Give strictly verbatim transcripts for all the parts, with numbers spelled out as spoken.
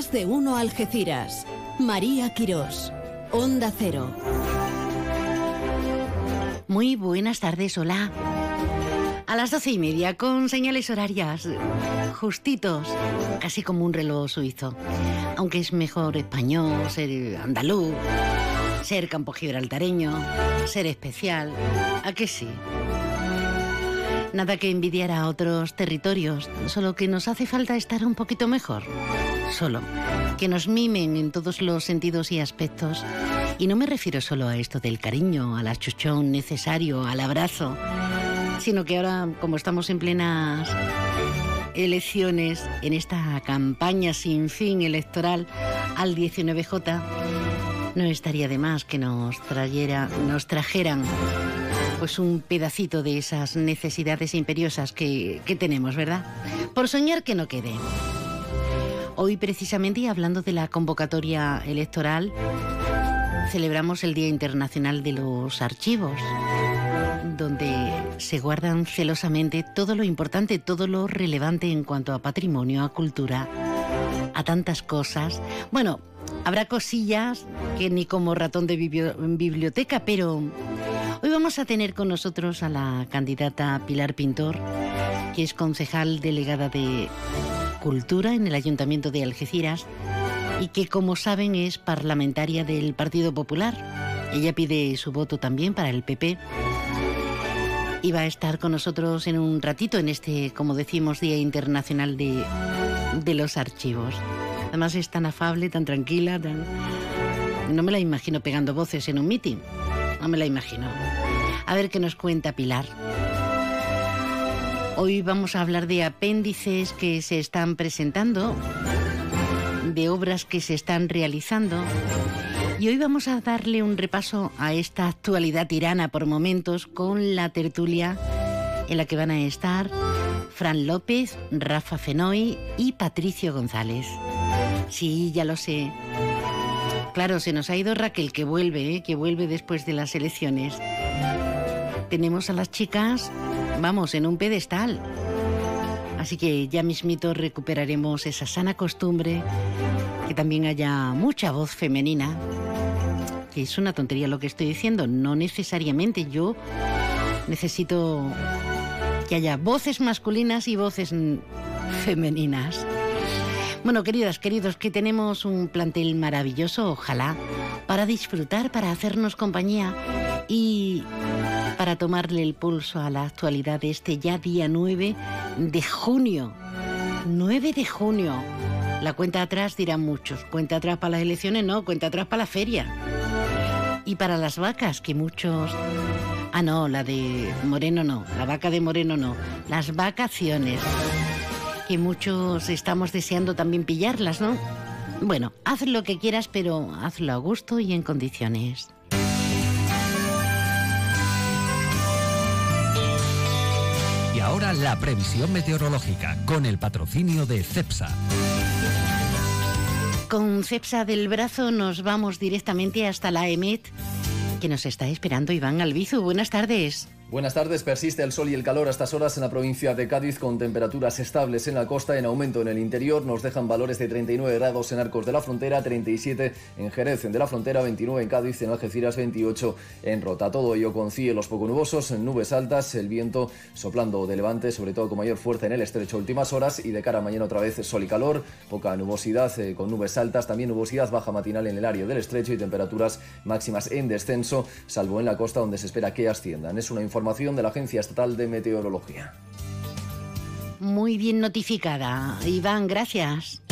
Más de Uno Algeciras. María Quirós. Onda Cero. Muy buenas tardes, hola. A las doce y media, con señales horarias justitos, casi como un reloj suizo. Aunque es mejor español, ser andaluz, ser campogibraltareño, ser especial. ¿A qué sí? Nada que envidiar a otros territorios, solo que nos hace falta estar un poquito mejor. Solo que nos mimen en todos los sentidos y aspectos. Y no me refiero solo a esto del cariño, al achuchón necesario, al abrazo, sino que ahora, como estamos en plenas elecciones, en esta campaña sin fin electoral al diecinueve jota, no estaría de más que nos trayera, nos trajeran pues un pedacito de esas necesidades imperiosas que, que tenemos, ¿verdad? Por soñar que no quede. Hoy, precisamente, hablando de la convocatoria electoral, celebramos el Día Internacional de los Archivos, donde se guardan celosamente todo lo importante, todo lo relevante en cuanto a patrimonio, a cultura, a tantas cosas. Bueno, habrá cosillas que ni como ratón de biblioteca, pero hoy vamos a tener con nosotros a la candidata Pilar Pintor, que es concejal delegada de Cultura en el Ayuntamiento de Algeciras y que, como saben, es parlamentaria del Partido Popular. Ella pide su voto también para el P P y va a estar con nosotros en un ratito en este, como decimos, Día Internacional de, de los Archivos. Además es tan afable, tan tranquila, tan... no me la imagino pegando voces en un mitin. No me la imagino. A ver qué nos cuenta Pilar. Hoy vamos a hablar de apéndices que se están presentando, de obras que se están realizando. Y hoy vamos a darle un repaso a esta actualidad tirana por momentos con la tertulia en la que van a estar Fran López, Rafa Fenoy y Patricio González. Sí, ya lo sé. Claro, se nos ha ido Raquel, que vuelve, ¿eh? que vuelve después de las elecciones. Tenemos a las chicas, vamos, en un pedestal. Así que ya mismito recuperaremos esa sana costumbre, que también haya mucha voz femenina. Que es una tontería lo que estoy diciendo, no necesariamente. Yo necesito que haya voces masculinas y voces femeninas. Bueno, queridas, queridos, que tenemos un plantel maravilloso, ojalá, para disfrutar, para hacernos compañía y para tomarle el pulso a la actualidad de este ya día nueve de junio. nueve de junio. La cuenta atrás dirán muchos. Cuenta atrás para las elecciones, no, cuenta atrás para la feria. Y para las vacas, que muchos... Ah, no, la de Moreno no, la vaca de Moreno no. Las vacaciones, que muchos estamos deseando también pillarlas, ¿no? Bueno, haz lo que quieras, pero hazlo a gusto y en condiciones. Y ahora la previsión meteorológica, con el patrocinio de Cepsa. Con Cepsa del brazo nos vamos directamente hasta la EMET, que nos está esperando Iván Albizu. Buenas tardes. Buenas tardes. Persiste el sol y el calor a estas horas en la provincia de Cádiz, con temperaturas estables en la costa, en aumento en el interior. Nos dejan valores de treinta y nueve grados en Arcos de la Frontera, treinta y siete en Jerez de la Frontera, veintinueve en Cádiz, en Algeciras, veintiocho en Rota. Todo ello con cielos poco nubosos, nubes altas, el viento soplando de levante, sobre todo con mayor fuerza en el estrecho últimas horas, y de cara a mañana otra vez sol y calor, poca nubosidad eh, con nubes altas, también nubosidad baja matinal en el área del estrecho y temperaturas máximas en descenso, salvo en la costa, donde se espera que asciendan. Es una información Información de la Agencia Estatal de Meteorología. Muy bien notificada, Iván, gracias.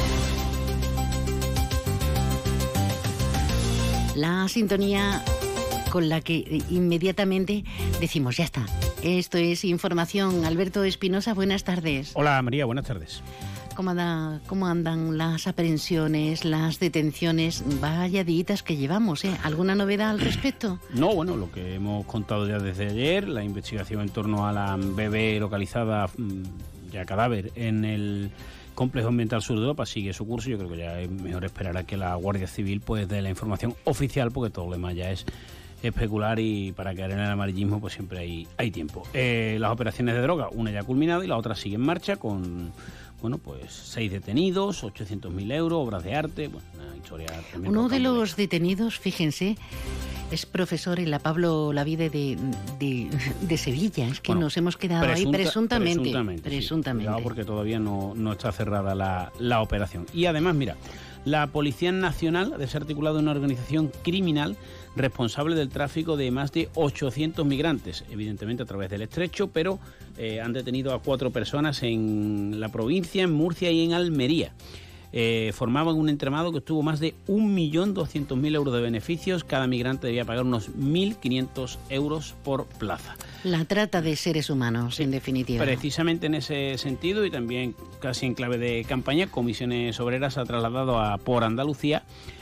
La sintonía con la que inmediatamente decimos, ya está, esto es información. Alberto Espinosa, buenas tardes. Hola María, buenas tardes. ¿Cómo, anda, ¿Cómo andan las aprehensiones, las detenciones? Vaya días que llevamos, ¿eh? ¿Alguna novedad al respecto? No, bueno, lo que hemos contado ya desde ayer, la investigación en torno a la bebé localizada, ya cadáver, en el Complejo Ambiental Sur de Europa sigue su curso. Yo creo que ya es mejor esperar a que la Guardia Civil pues dé la información oficial, porque todo lo demás ya es especular y para caer en el amarillismo pues siempre hay, hay tiempo. Eh, las operaciones de droga, una ya ha culminado y la otra sigue en marcha con, bueno, pues seis detenidos, ochocientos mil euros, obras de arte, bueno, una historia tremenda. Uno de los detenidos, fíjense, es profesor en la Pablo Lavide de, de, de Sevilla. Es que bueno, nos hemos quedado presunta, ahí presuntamente. Presuntamente, presuntamente. Sí. Cuidado porque todavía no, no está cerrada la, la operación. Y además, mira, la Policía Nacional ha desarticulado una organización criminal responsable del tráfico de más de ochocientos migrantes, evidentemente a través del estrecho, pero eh, han detenido a cuatro personas en la provincia, en Murcia y en Almería. Eh, formaban un entramado que obtuvo más de un millón doscientos mil euros de beneficios. Cada migrante debía pagar unos mil quinientos euros por plaza. La trata de seres humanos, sí, en definitiva. Precisamente en ese sentido y también casi en clave de campaña, Comisiones Obreras ha trasladado a por Andalucía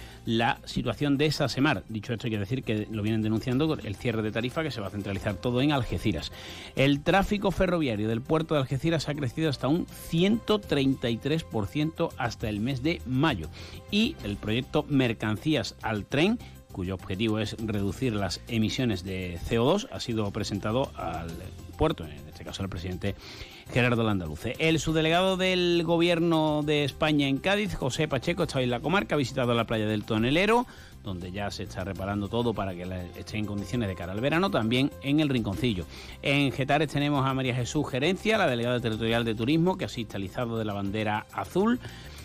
la situación de Sasemar. Dicho esto, hay que decir que lo vienen denunciando el cierre de tarifa, que se va a centralizar todo en Algeciras. El tráfico ferroviario del puerto de Algeciras ha crecido hasta un ciento treinta y tres por ciento hasta el mes de mayo. Y el proyecto Mercancías al Tren, cuyo objetivo es reducir las emisiones de C O dos, ha sido presentado al puerto, en este caso al presidente Gerardo Landaluce. El subdelegado del Gobierno de España en Cádiz, José Pacheco, está hoy en la comarca, ha visitado la playa del Tonelero, donde ya se está reparando todo para que esté en condiciones de cara al verano, también en el Rinconcillo. En Getares tenemos a María Jesús Gerencia, la delegada territorial de Turismo, que asiste al izado de la bandera azul.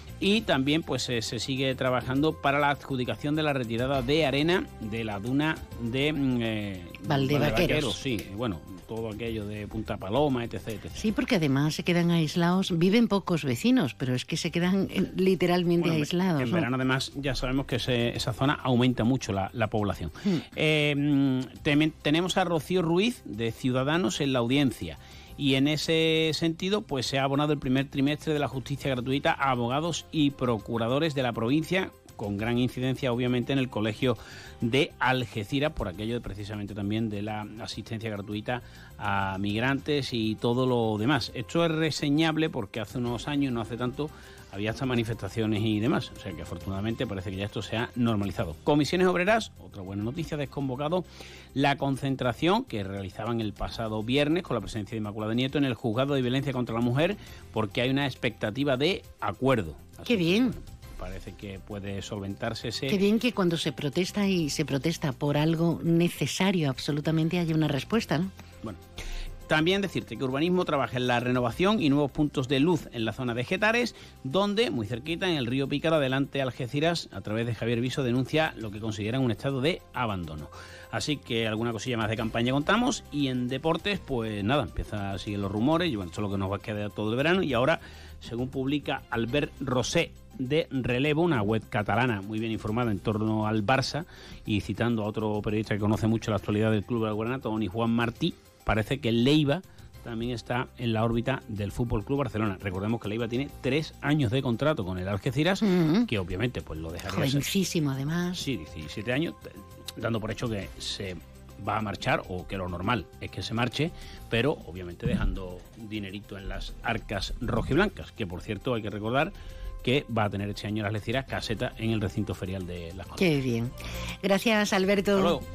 Y también pues eh, se sigue trabajando para la adjudicación de la retirada de arena de la duna de eh, Valdevaqueros. Sí, bueno, todo aquello de Punta Paloma, etc, etcétera. Sí, porque además se quedan aislados, viven pocos vecinos, pero es que se quedan eh, literalmente bueno, aislados. En ¿no? verano además ya sabemos que se, esa zona aumenta mucho la, la población. Hmm. Eh, te, tenemos a Rocío Ruiz de Ciudadanos en la audiencia. Y en ese sentido, pues se ha abonado el primer trimestre de la justicia gratuita a abogados y procuradores de la provincia, con gran incidencia obviamente en el colegio de Algeciras, por aquello de, precisamente también de la asistencia gratuita a migrantes y todo lo demás. Esto es reseñable porque hace unos años, no hace tanto, había hasta manifestaciones y demás, o sea que afortunadamente parece que ya esto se ha normalizado. Comisiones Obreras, otra buena noticia, ha desconvocado la concentración que realizaban el pasado viernes con la presencia de Inmaculada Nieto en el Juzgado de Violencia contra la Mujer, porque hay una expectativa de acuerdo. Así ¡qué bien! Que, bueno, parece que puede solventarse ese... Qué bien que cuando se protesta y se protesta por algo necesario absolutamente haya una respuesta, ¿no? Bueno, también decirte que Urbanismo trabaja en la renovación y nuevos puntos de luz en la zona de Getares, donde, muy cerquita, en el río Pícaro, adelante Algeciras, a través de Javier Viso, denuncia lo que consideran un estado de abandono. Así que alguna cosilla más de campaña contamos. Y en deportes, pues nada, empieza a seguir los rumores, y bueno, esto es lo que nos va a quedar todo el verano. Y ahora, según publica Albert Rosé de Relevo, una web catalana muy bien informada en torno al Barça, y citando a otro periodista que conoce mucho la actualidad del club blaugrana, Toni Juan Martí, parece que Leiva también está en la órbita del Fútbol Club Barcelona. Recordemos que Leiva tiene tres años de contrato con el Algeciras, uh-huh. que obviamente pues lo dejaría... Jovencísimo, ser. Además. Sí, diecisiete años, dando por hecho que se va a marchar, o que lo normal es que se marche, pero obviamente dejando dinerito en las arcas rojiblancas, que por cierto hay que recordar que va a tener este año las Algeciras caseta en el recinto ferial de Las Condes. Qué bien. Gracias, Alberto. Hasta luego.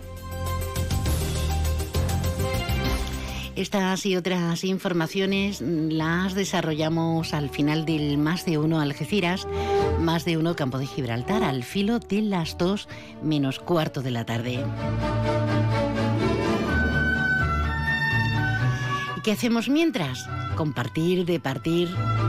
Estas y otras informaciones las desarrollamos al final del Más de Uno Algeciras, Más de Uno Campo de Gibraltar, al filo de las dos menos cuarto de la tarde. ¿Y qué hacemos mientras? Compartir, departir,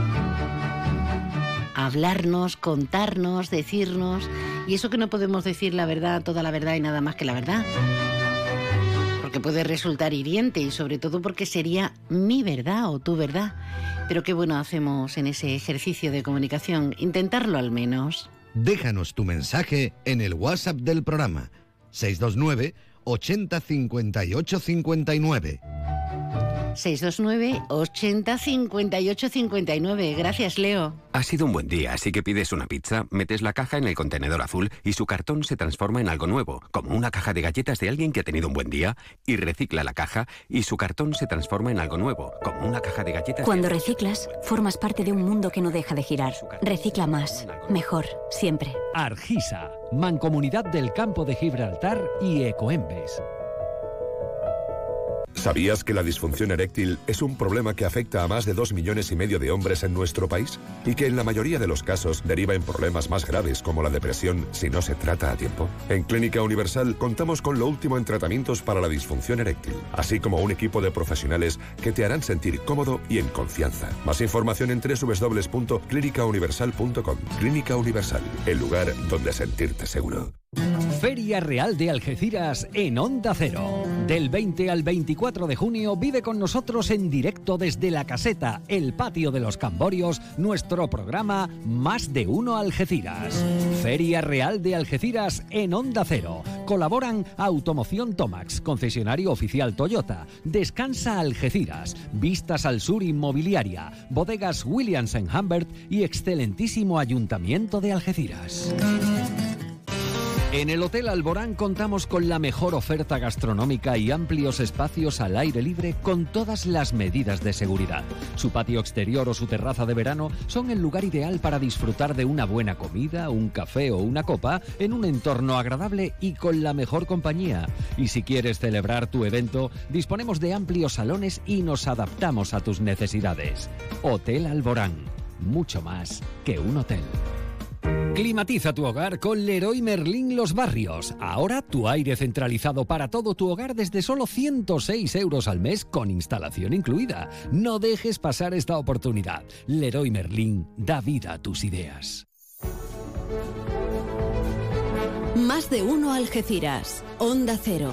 hablarnos, contarnos, decirnos, y eso que no podemos decir la verdad, toda la verdad y nada más que la verdad, porque puede resultar hiriente y sobre todo porque sería mi verdad o tu verdad. Pero qué bueno hacemos en ese ejercicio de comunicación, intentarlo al menos. Déjanos tu mensaje en el WhatsApp del programa seis dos nueve ochenta cincuenta y ocho cincuenta y nueve. seis dos nueve, ochenta, cincuenta y ocho, cincuenta y nueve. Gracias, Leo. Ha sido un buen día, así que pides una pizza, metes la caja en el contenedor azul y su cartón se transforma en algo nuevo, como una caja de galletas de alguien que ha tenido un buen día, y recicla la caja y su cartón se transforma en algo nuevo, como una caja de galletas. Cuando de... reciclas, formas parte de un mundo que no deja de girar. Recicla más, mejor, siempre. Argisa, Mancomunidad del Campo de Gibraltar y Ecoembes. ¿Sabías que la disfunción eréctil es un problema que afecta a más de dos millones y medio de hombres en nuestro país? Y que en la mayoría de los casos deriva en problemas más graves como la depresión si no se trata a tiempo. En Clínica Universal contamos con lo último en tratamientos para la disfunción eréctil, así como un equipo de profesionales que te harán sentir cómodo y en confianza. Más información en doble u doble u doble u punto clínica universal punto com. Clínica Universal, el lugar donde sentirte seguro. Feria Real de Algeciras en Onda Cero. Del veinte al veinticuatro de junio vive con nosotros en directo desde La Caseta, el patio de los Camborios, nuestro programa Más de Uno Algeciras. Feria Real de Algeciras en Onda Cero. Colaboran Automoción Tomax, concesionario oficial Toyota, Descansa Algeciras, Vistas al Sur Inmobiliaria, Bodegas Williams en Humbert y excelentísimo Ayuntamiento de Algeciras. En el Hotel Alborán contamos con la mejor oferta gastronómica y amplios espacios al aire libre con todas las medidas de seguridad. Su patio exterior o su terraza de verano son el lugar ideal para disfrutar de una buena comida, un café o una copa en un entorno agradable y con la mejor compañía. Y si quieres celebrar tu evento, disponemos de amplios salones y nos adaptamos a tus necesidades. Hotel Alborán, mucho más que un hotel. Climatiza tu hogar con Leroy Merlin Los Barrios. Ahora tu aire centralizado para todo tu hogar desde solo ciento seis euros al mes con instalación incluida. No dejes pasar esta oportunidad. Leroy Merlin da vida a tus ideas. Más de Uno Algeciras. Onda Cero.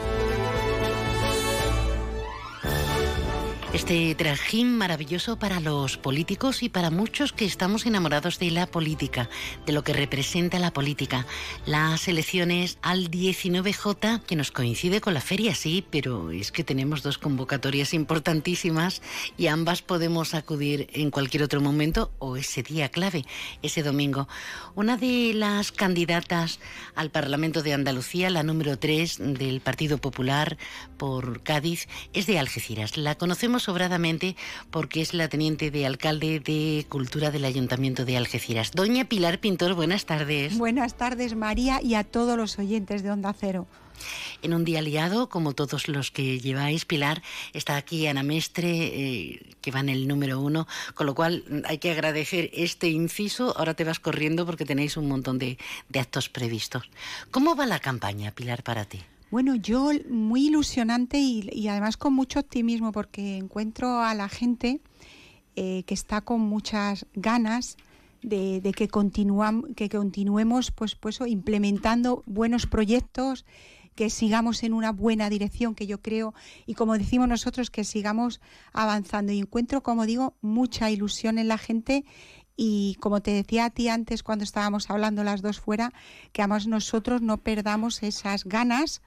Este trajín maravilloso para los políticos y para muchos que estamos enamorados de la política, de lo que representa la política. Las elecciones al diecinueve J, que nos coincide con la feria, sí, pero es que tenemos dos convocatorias importantísimas y ambas podemos acudir en cualquier otro momento o ese día clave, ese domingo. Una de las candidatas al Parlamento de Andalucía, la número tres del Partido Popular por Cádiz, es de Algeciras. La conocemos sobradamente porque es la teniente de alcalde de Cultura del Ayuntamiento de Algeciras. Doña Pilar Pintor, buenas tardes. Buenas tardes, María, y a todos los oyentes de Onda Cero. En un día liado, como todos los que lleváis, Pilar, está aquí Ana Mestre, eh, que va en el número uno, con lo cual hay que agradecer este inciso. Ahora te vas corriendo porque tenéis un montón de, de actos previstos. ¿Cómo va la campaña, Pilar, para ti? Bueno, yo muy ilusionante y, y además con mucho optimismo porque encuentro a la gente eh, que está con muchas ganas de, de que, continuam, que continuemos pues, pues, implementando buenos proyectos, que sigamos en una buena dirección, que yo creo, y como decimos nosotros, que sigamos avanzando. Y encuentro, como digo, mucha ilusión en la gente. Y como te decía a ti antes cuando estábamos hablando las dos fuera, que además nosotros no perdamos esas ganas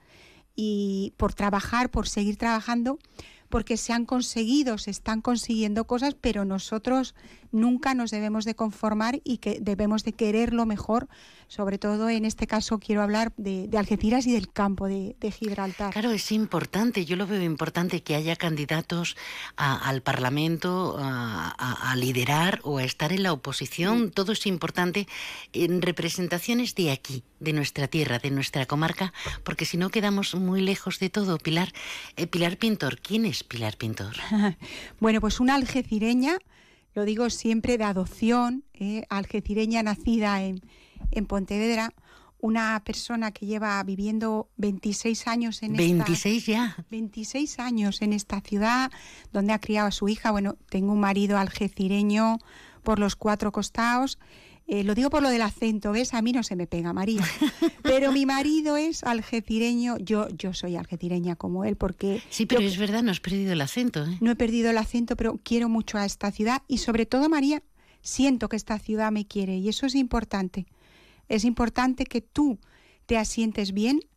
y por trabajar, por seguir trabajando, porque se han conseguido, se están consiguiendo cosas, pero nosotros nunca nos debemos de conformar y que debemos de querer lo mejor. Sobre todo en este caso quiero hablar de, de Algeciras y del campo de, de Gibraltar. Claro, es importante, yo lo veo importante que haya candidatos a, al Parlamento a, a, a liderar o a estar en la oposición. Sí. Todo es importante en representaciones de aquí, de nuestra tierra, de nuestra comarca, porque si no quedamos muy lejos de todo. Pilar, eh, Pilar Pintor, ¿quién es Pilar Pintor? Bueno, pues una algecireña, lo digo siempre, de adopción, eh, algecireña nacida en, en Pontevedra, una persona que lleva viviendo veintiséis años en veintiséis esta... ya. veintiséis años en esta ciudad, donde ha criado a su hija. Bueno, tengo un marido algecireño por los cuatro costados. Eh, lo digo por lo del acento, ¿ves? A mí no se me pega, María. Pero mi marido es algecireño, yo yo soy algecireña como él, porque... Sí, pero yo, es verdad, no has perdido el acento, ¿eh? No he perdido el acento, pero quiero mucho a esta ciudad y sobre todo, María, siento que esta ciudad me quiere y eso es importante. Es importante que tú te asientes bien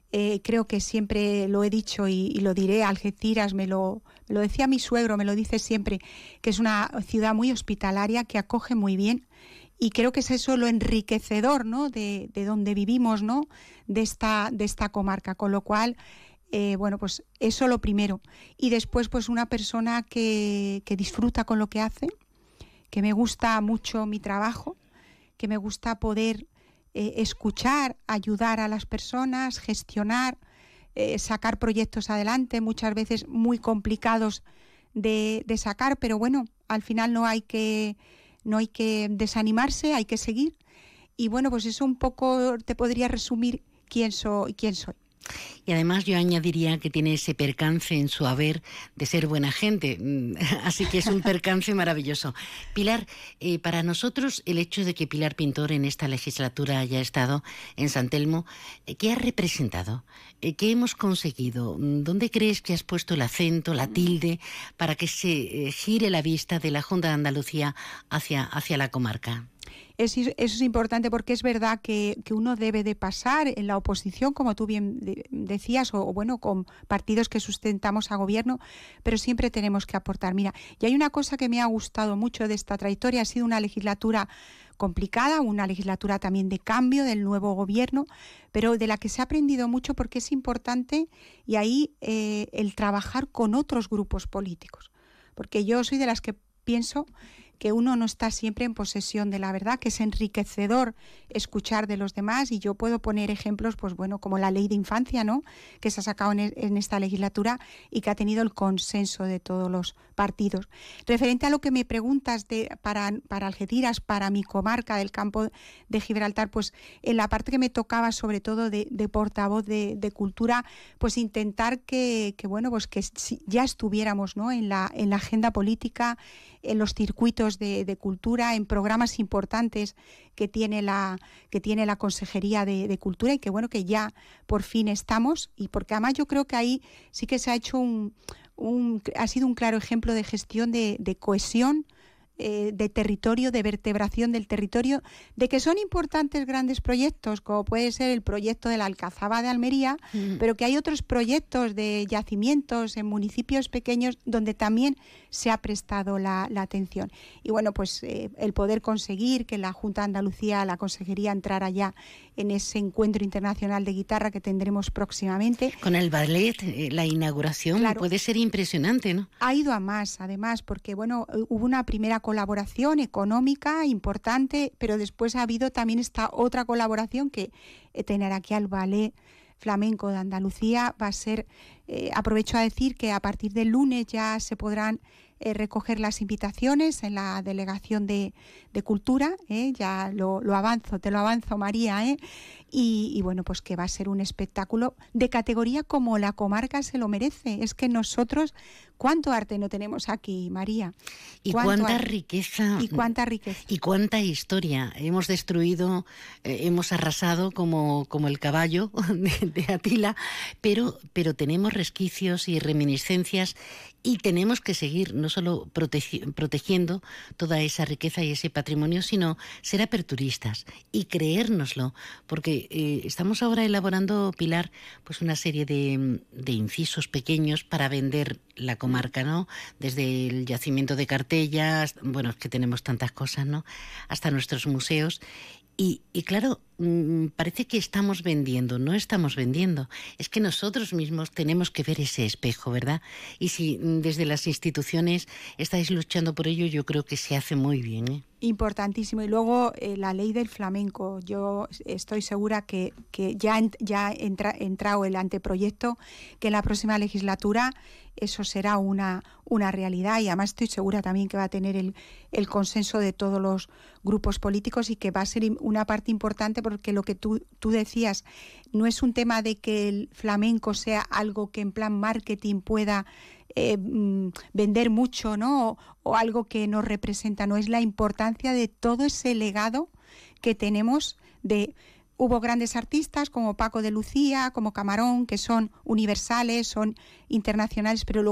Eh, creo que siempre lo he dicho y, y lo diré, Algeciras me lo, me lo decía mi suegro, me lo dice siempre, que es una ciudad muy hospitalaria, que acoge muy bien, y creo que es eso lo enriquecedor, ¿no?, de, de donde vivimos, ¿no?, de esta, de esta comarca, con lo cual, eh, bueno, pues eso lo primero. Y después, pues una persona que, que disfruta con lo que hace, que me gusta mucho mi trabajo, que me gusta poder Eh, escuchar, ayudar a las personas, gestionar, eh, sacar proyectos adelante, muchas veces muy complicados de, de sacar, pero bueno, al final no hay que no hay que desanimarse, hay que seguir. Y bueno, pues eso un poco te podría resumir quién soy, quién soy. Y además yo añadiría que tiene ese percance en su haber de ser buena gente, así que es un percance maravilloso. Pilar, eh, para nosotros el hecho de que Pilar Pintor en esta legislatura haya estado en San Telmo, ¿qué ha representado? ¿Qué hemos conseguido? ¿Dónde crees que has puesto el acento, la tilde, para que se gire la vista de la Junta de Andalucía hacia, hacia la comarca? Eso es importante, porque es verdad que, que uno debe de pasar en la oposición, como tú bien de, decías, o, o bueno, con partidos que sustentamos a gobierno, pero siempre tenemos que aportar. Mira, y hay una cosa que me ha gustado mucho de esta trayectoria, ha sido una legislatura complicada, una legislatura también de cambio del nuevo gobierno, pero de la que se ha aprendido mucho, porque es importante, y ahí eh, el trabajar con otros grupos políticos, porque yo soy de las que pienso que uno no está siempre en posesión de la verdad, que es enriquecedor escuchar de los demás, y yo puedo poner ejemplos, pues bueno, como la ley de infancia, ¿no?, que se ha sacado en, en esta legislatura y que ha tenido el consenso de todos los partidos. Referente a lo que me preguntas de para, para Algeciras, para mi comarca del campo de Gibraltar, pues en la parte que me tocaba, sobre todo de, de portavoz de, de cultura, pues intentar que, que bueno, pues que ya estuviéramos, ¿no?, en la, en la agenda política, en los circuitos de, de cultura, en programas importantes que tiene la que tiene la Consejería de, de Cultura, y que bueno, que ya por fin estamos, y porque además yo creo que ahí sí que se ha hecho un, un ha sido un claro ejemplo de gestión de, de cohesión, eh, de territorio, de vertebración del territorio, de que son importantes grandes proyectos, como puede ser el proyecto de la Alcazaba de Almería, mm. pero que hay otros proyectos de yacimientos en municipios pequeños donde también se ha prestado la, la atención. Y bueno, pues eh, el poder conseguir que la Junta de Andalucía, la Consejería, entrara ya en ese encuentro internacional de guitarra que tendremos próximamente. Con el ballet, eh, la inauguración, claro, puede ser impresionante, ¿no? Ha ido a más, además, porque bueno, hubo una primera colaboración económica importante, pero después ha habido también esta otra colaboración que eh, tener aquí al Ballet Flamenco de Andalucía va a ser, eh, aprovecho a decir que a partir del lunes ya se podrán eh, recoger las invitaciones en la Delegación de, de Cultura, ¿eh? ya lo, lo avanzo, te lo avanzo, María, ¿eh? Y, y bueno, pues que va a ser un espectáculo de categoría como la comarca se lo merece. Es que nosotros, ¿cuánto arte no tenemos aquí, María? Y cuánta arte? riqueza. Y cuánta riqueza. Y cuánta historia. Hemos destruido, eh, hemos arrasado como, como el caballo de, de Atila, pero, pero tenemos resquicios y reminiscencias, y tenemos que seguir no solo protegi- protegiendo toda esa riqueza y ese patrimonio, sino ser aperturistas y creérnoslo, porque eh, estamos ahora elaborando, Pilar, pues una serie de, de incisos pequeños para vender la comarca, ¿no? Desde el yacimiento de Cartella, bueno, es que tenemos tantas cosas, ¿no?, hasta nuestros museos. Y, y claro, mmm, parece que estamos vendiendo, no estamos vendiendo. Es que nosotros mismos tenemos que ver ese espejo, ¿verdad? Y si mmm, desde las instituciones estáis luchando por ello, yo creo que se hace muy bien, ¿eh? Importantísimo. Y luego eh, la ley del flamenco. Yo estoy segura que, que ya, ya entra entrado el anteproyecto, que en la próxima legislatura eso será una, una realidad, y además estoy segura también que va a tener el, el consenso de todos los grupos políticos, y que va a ser una parte importante, porque lo que tú, tú decías, no es un tema de que el flamenco sea algo que en plan marketing pueda eh, vender mucho, ¿no? O, o algo que nos representa, no, es la importancia de todo ese legado que tenemos de... Hubo grandes artistas como Paco de Lucía, como Camarón, que son universales, son internacionales, pero luego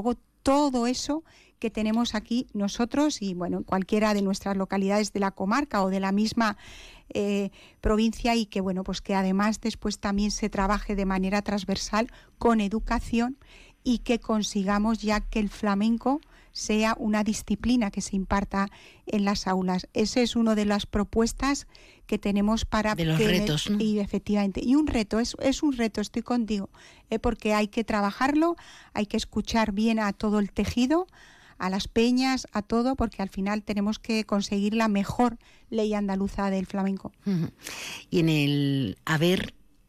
todo eso que tenemos aquí nosotros y bueno, en cualquiera de nuestras localidades de la comarca o de la misma eh, provincia, y que bueno, pues que además después también se trabaje de manera transversal con educación y que consigamos ya que el flamenco sea una disciplina que se imparta en las aulas. Esa es una de las propuestas que tenemos para... De los que retos, ¿no? Y efectivamente, y un reto, es, es un reto, estoy contigo, ¿eh? Porque hay que trabajarlo, hay que escuchar bien a todo el tejido, a las peñas, a todo, porque al final tenemos que conseguir la mejor ley andaluza del flamenco. Uh-huh. Y en el haber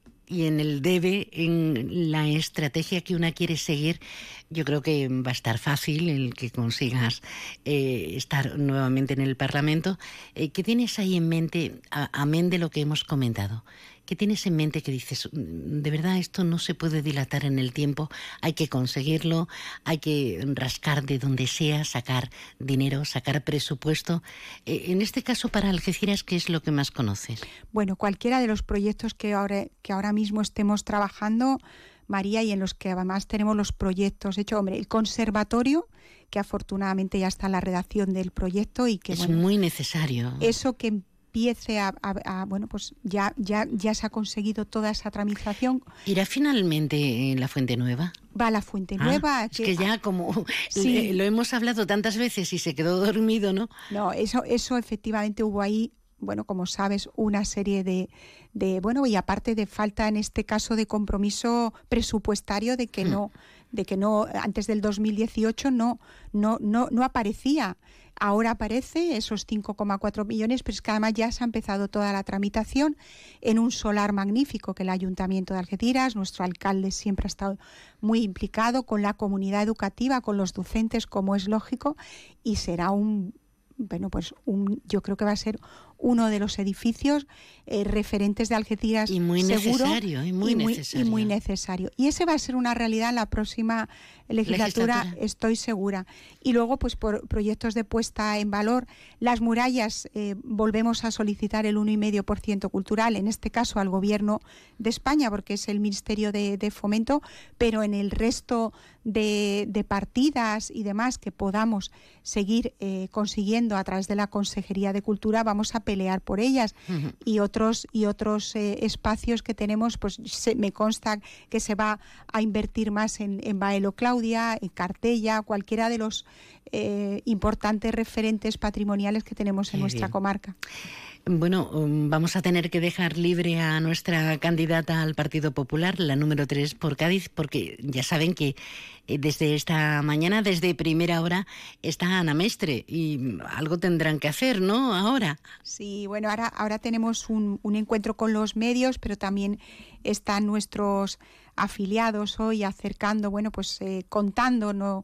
y en el debe, en la estrategia que una quiere seguir, yo creo que va a estar fácil el que consigas eh, estar nuevamente en el Parlamento. Eh, ¿Qué tienes ahí en mente, a, amén de lo que hemos comentado? ¿Qué tienes en mente que dices, de verdad esto no se puede dilatar en el tiempo, hay que conseguirlo, hay que rascar de donde sea, sacar dinero, sacar presupuesto? Eh, en este caso para Algeciras, ¿qué es lo que más conoces? Bueno, cualquiera de los proyectos que ahora, que ahora mismo estemos trabajando, María, y en los que además tenemos los proyectos hechos, hombre, el conservatorio, que afortunadamente ya está en la redacción del proyecto y que es bueno, muy necesario. Eso que empiece a, a, a bueno, pues ya, ya, ya se ha conseguido toda esa tramitación. ¿Irá finalmente en la Fuente Nueva? Va a la Fuente ah, Nueva. Es que, que ya como sí. lo hemos hablado tantas veces y se quedó dormido, ¿no? No, eso, eso efectivamente hubo ahí, bueno, como sabes, una serie de, de, bueno, y aparte de falta en este caso de compromiso presupuestario de que hmm. no, de que no, antes del dos mil dieciocho no, no, no, no aparecía. Ahora aparece esos cinco coma cuatro millones, pero es que además ya se ha empezado toda la tramitación en un solar magnífico que el Ayuntamiento de Algeciras, nuestro alcalde siempre ha estado muy implicado con la comunidad educativa, con los docentes, como es lógico, y será un, bueno, pues un, yo creo que va a ser uno de los edificios eh, referentes de Algeciras, y muy seguro, necesario, y muy, y muy necesario. y muy necesario. Y ese va a ser una realidad en la próxima legislatura, legislatura. Estoy segura. Y luego, pues por proyectos de puesta en valor, las murallas, eh, volvemos a solicitar el uno coma cinco por ciento cultural, en este caso al Gobierno de España, porque es el Ministerio de, de Fomento, pero en el resto de, de partidas y demás que podamos seguir eh, consiguiendo a través de la Consejería de Cultura, vamos a pelear por ellas. Uh-huh. y otros y otros eh, espacios que tenemos, pues se, me consta que se va a invertir más en, en Baelo Claudia, en Cartella, cualquiera de los eh, importantes referentes patrimoniales que tenemos en Qué nuestra bien. Comarca. Bueno, vamos a tener que dejar libre a nuestra candidata al Partido Popular, la número tres por Cádiz, porque ya saben que desde esta mañana, desde primera hora, está Ana Mestre y algo tendrán que hacer, ¿no? Ahora. Sí, bueno, ahora, ahora tenemos un, un encuentro con los medios, pero también están nuestros afiliados hoy acercando, bueno, pues eh, contándonos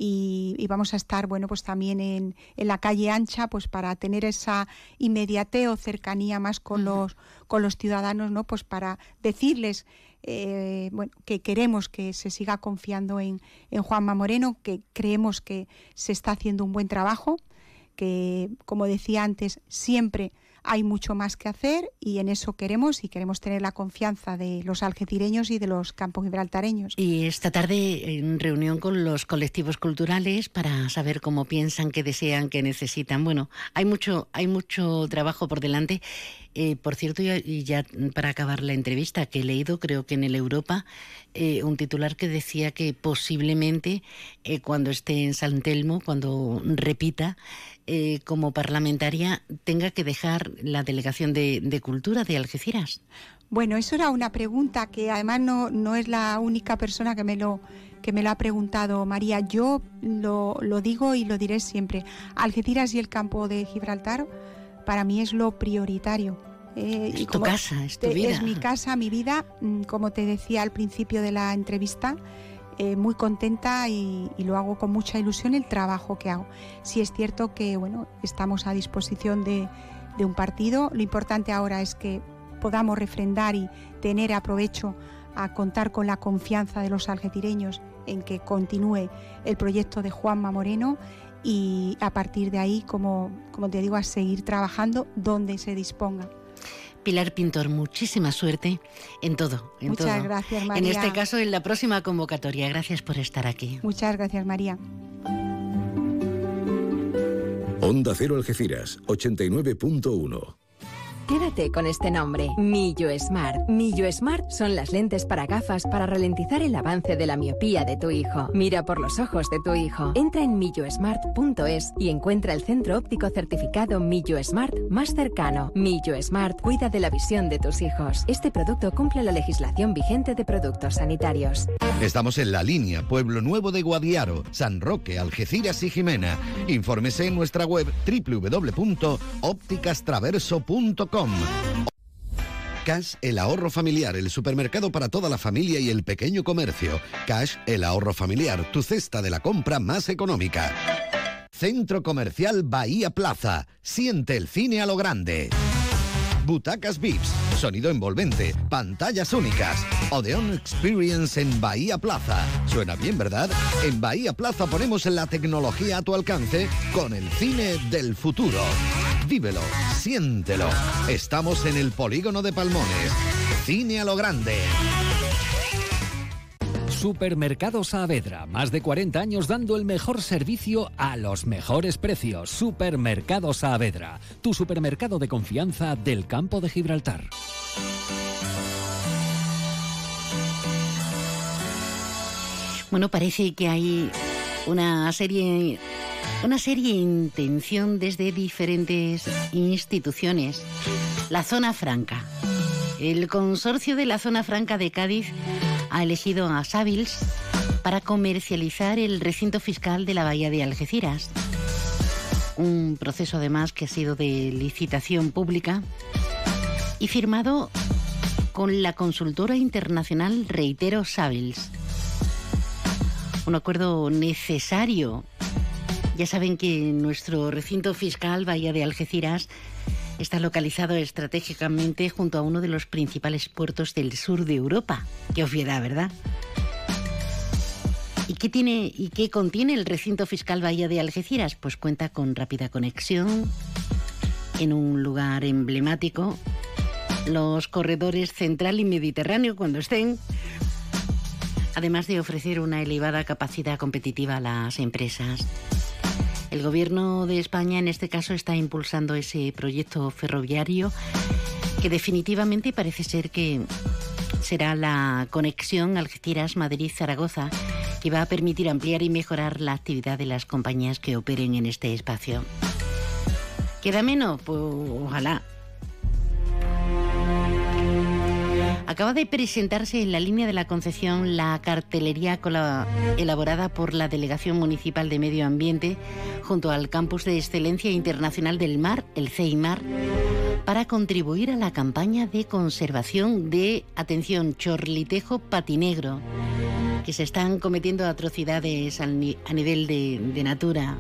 y, y vamos a estar, bueno, pues también en, en la calle ancha, pues para tener esa inmediatez o cercanía más con uh-huh. los con los ciudadanos, ¿no? Pues para decirles eh, bueno, que queremos que se siga confiando en, en Juanma Moreno, que creemos que se está haciendo un buen trabajo, que, como decía antes, siempre hay mucho más que hacer y en eso queremos y queremos tener la confianza de los algecireños y de los campos gibraltareños. Y esta tarde en reunión con los colectivos culturales para saber cómo piensan, qué desean, qué necesitan. Bueno, hay mucho, hay mucho trabajo por delante. Eh, por cierto, y ya para acabar la entrevista que he leído, creo que en el Europa, eh, un titular que decía que posiblemente eh, cuando esté en San Telmo, cuando repita eh, como parlamentaria, tenga que dejar la delegación de, de Cultura de Algeciras. Bueno, eso era una pregunta que además no, no es la única persona que me lo que me lo ha preguntado, María. Yo lo, lo digo y lo diré siempre. Algeciras y el campo de Gibraltar para mí es lo prioritario. Eh, es y tu casa, es tu te, vida. Es mi casa, mi vida. Como te decía al principio de la entrevista, eh, muy contenta y, y lo hago con mucha ilusión el trabajo que hago. Sí es cierto que bueno, estamos a disposición de, de un partido. Lo importante ahora es que podamos refrendar y tener aprovecho a contar con la confianza de los algecireños en que continúe el proyecto de Juanma Moreno y a partir de ahí, como, como te digo, a seguir trabajando donde se disponga. Pilar Pintor, muchísima suerte en todo. En Muchas todo. gracias, María. En este caso, en la próxima convocatoria. Gracias por estar aquí. Muchas gracias, María. Onda Cero Algeciras, ochenta y nueve punto uno. Quédate con este nombre, Millo Smart. Millo Smart son las lentes para gafas para ralentizar el avance de la miopía de tu hijo. Mira por los ojos de tu hijo. Entra en millo smart punto es y encuentra el centro óptico certificado Millo Smart más cercano. Millo Smart cuida de la visión de tus hijos. Este producto cumple la legislación vigente de productos sanitarios. Estamos en La Línea, Pueblo Nuevo de Guadiaro, San Roque, Algeciras y Jimena. Infórmese en nuestra web doble u doble u doble u punto ópticas traverso punto com. Cash, el ahorro familiar, el supermercado para toda la familia y el pequeño comercio. Cash, el ahorro familiar, tu cesta de la compra más económica. Centro Comercial Bahía Plaza. Siente el cine a lo grande. Butacas V I Ps, sonido envolvente, pantallas únicas. Odeon Experience en Bahía Plaza. Suena bien, ¿verdad? En Bahía Plaza ponemos la tecnología a tu alcance con el cine del futuro. Vívelo, siéntelo. Estamos en el Polígono de Palmones. Cine a lo grande. Supermercado Saavedra, más de cuarenta años dando el mejor servicio a los mejores precios. Supermercado Saavedra, tu supermercado de confianza del campo de Gibraltar. Bueno, parece que hay una serie, una serie de intención desde diferentes instituciones. La Zona Franca. El consorcio de la Zona Franca de Cádiz ha elegido a Savills para comercializar el recinto fiscal de la Bahía de Algeciras. Un proceso además que ha sido de licitación pública y firmado con la consultora internacional Reitero Savills. Un acuerdo necesario. Ya saben que nuestro recinto fiscal Bahía de Algeciras está localizado estratégicamente junto a uno de los principales puertos del sur de Europa. Qué obviedad, ¿verdad? ¿Y qué tiene y qué contiene el recinto fiscal Bahía de Algeciras? Pues cuenta con rápida conexión en un lugar emblemático, los corredores central y mediterráneo cuando estén, además de ofrecer una elevada capacidad competitiva a las empresas. El Gobierno de España, en este caso, está impulsando ese proyecto ferroviario que definitivamente parece ser que será la conexión Algeciras-Madrid-Zaragoza, que va a permitir ampliar y mejorar la actividad de las compañías que operen en este espacio. ¿Queda menos? Pues ojalá. Acaba de presentarse en la línea de la Concepción la cartelería elaborada por la Delegación Municipal de Medio Ambiente junto al Campus de Excelencia Internacional del Mar, el CEIMAR, para contribuir a la campaña de conservación de, atención, chorlitejo patinegro, que se están cometiendo atrocidades a nivel de, de natura.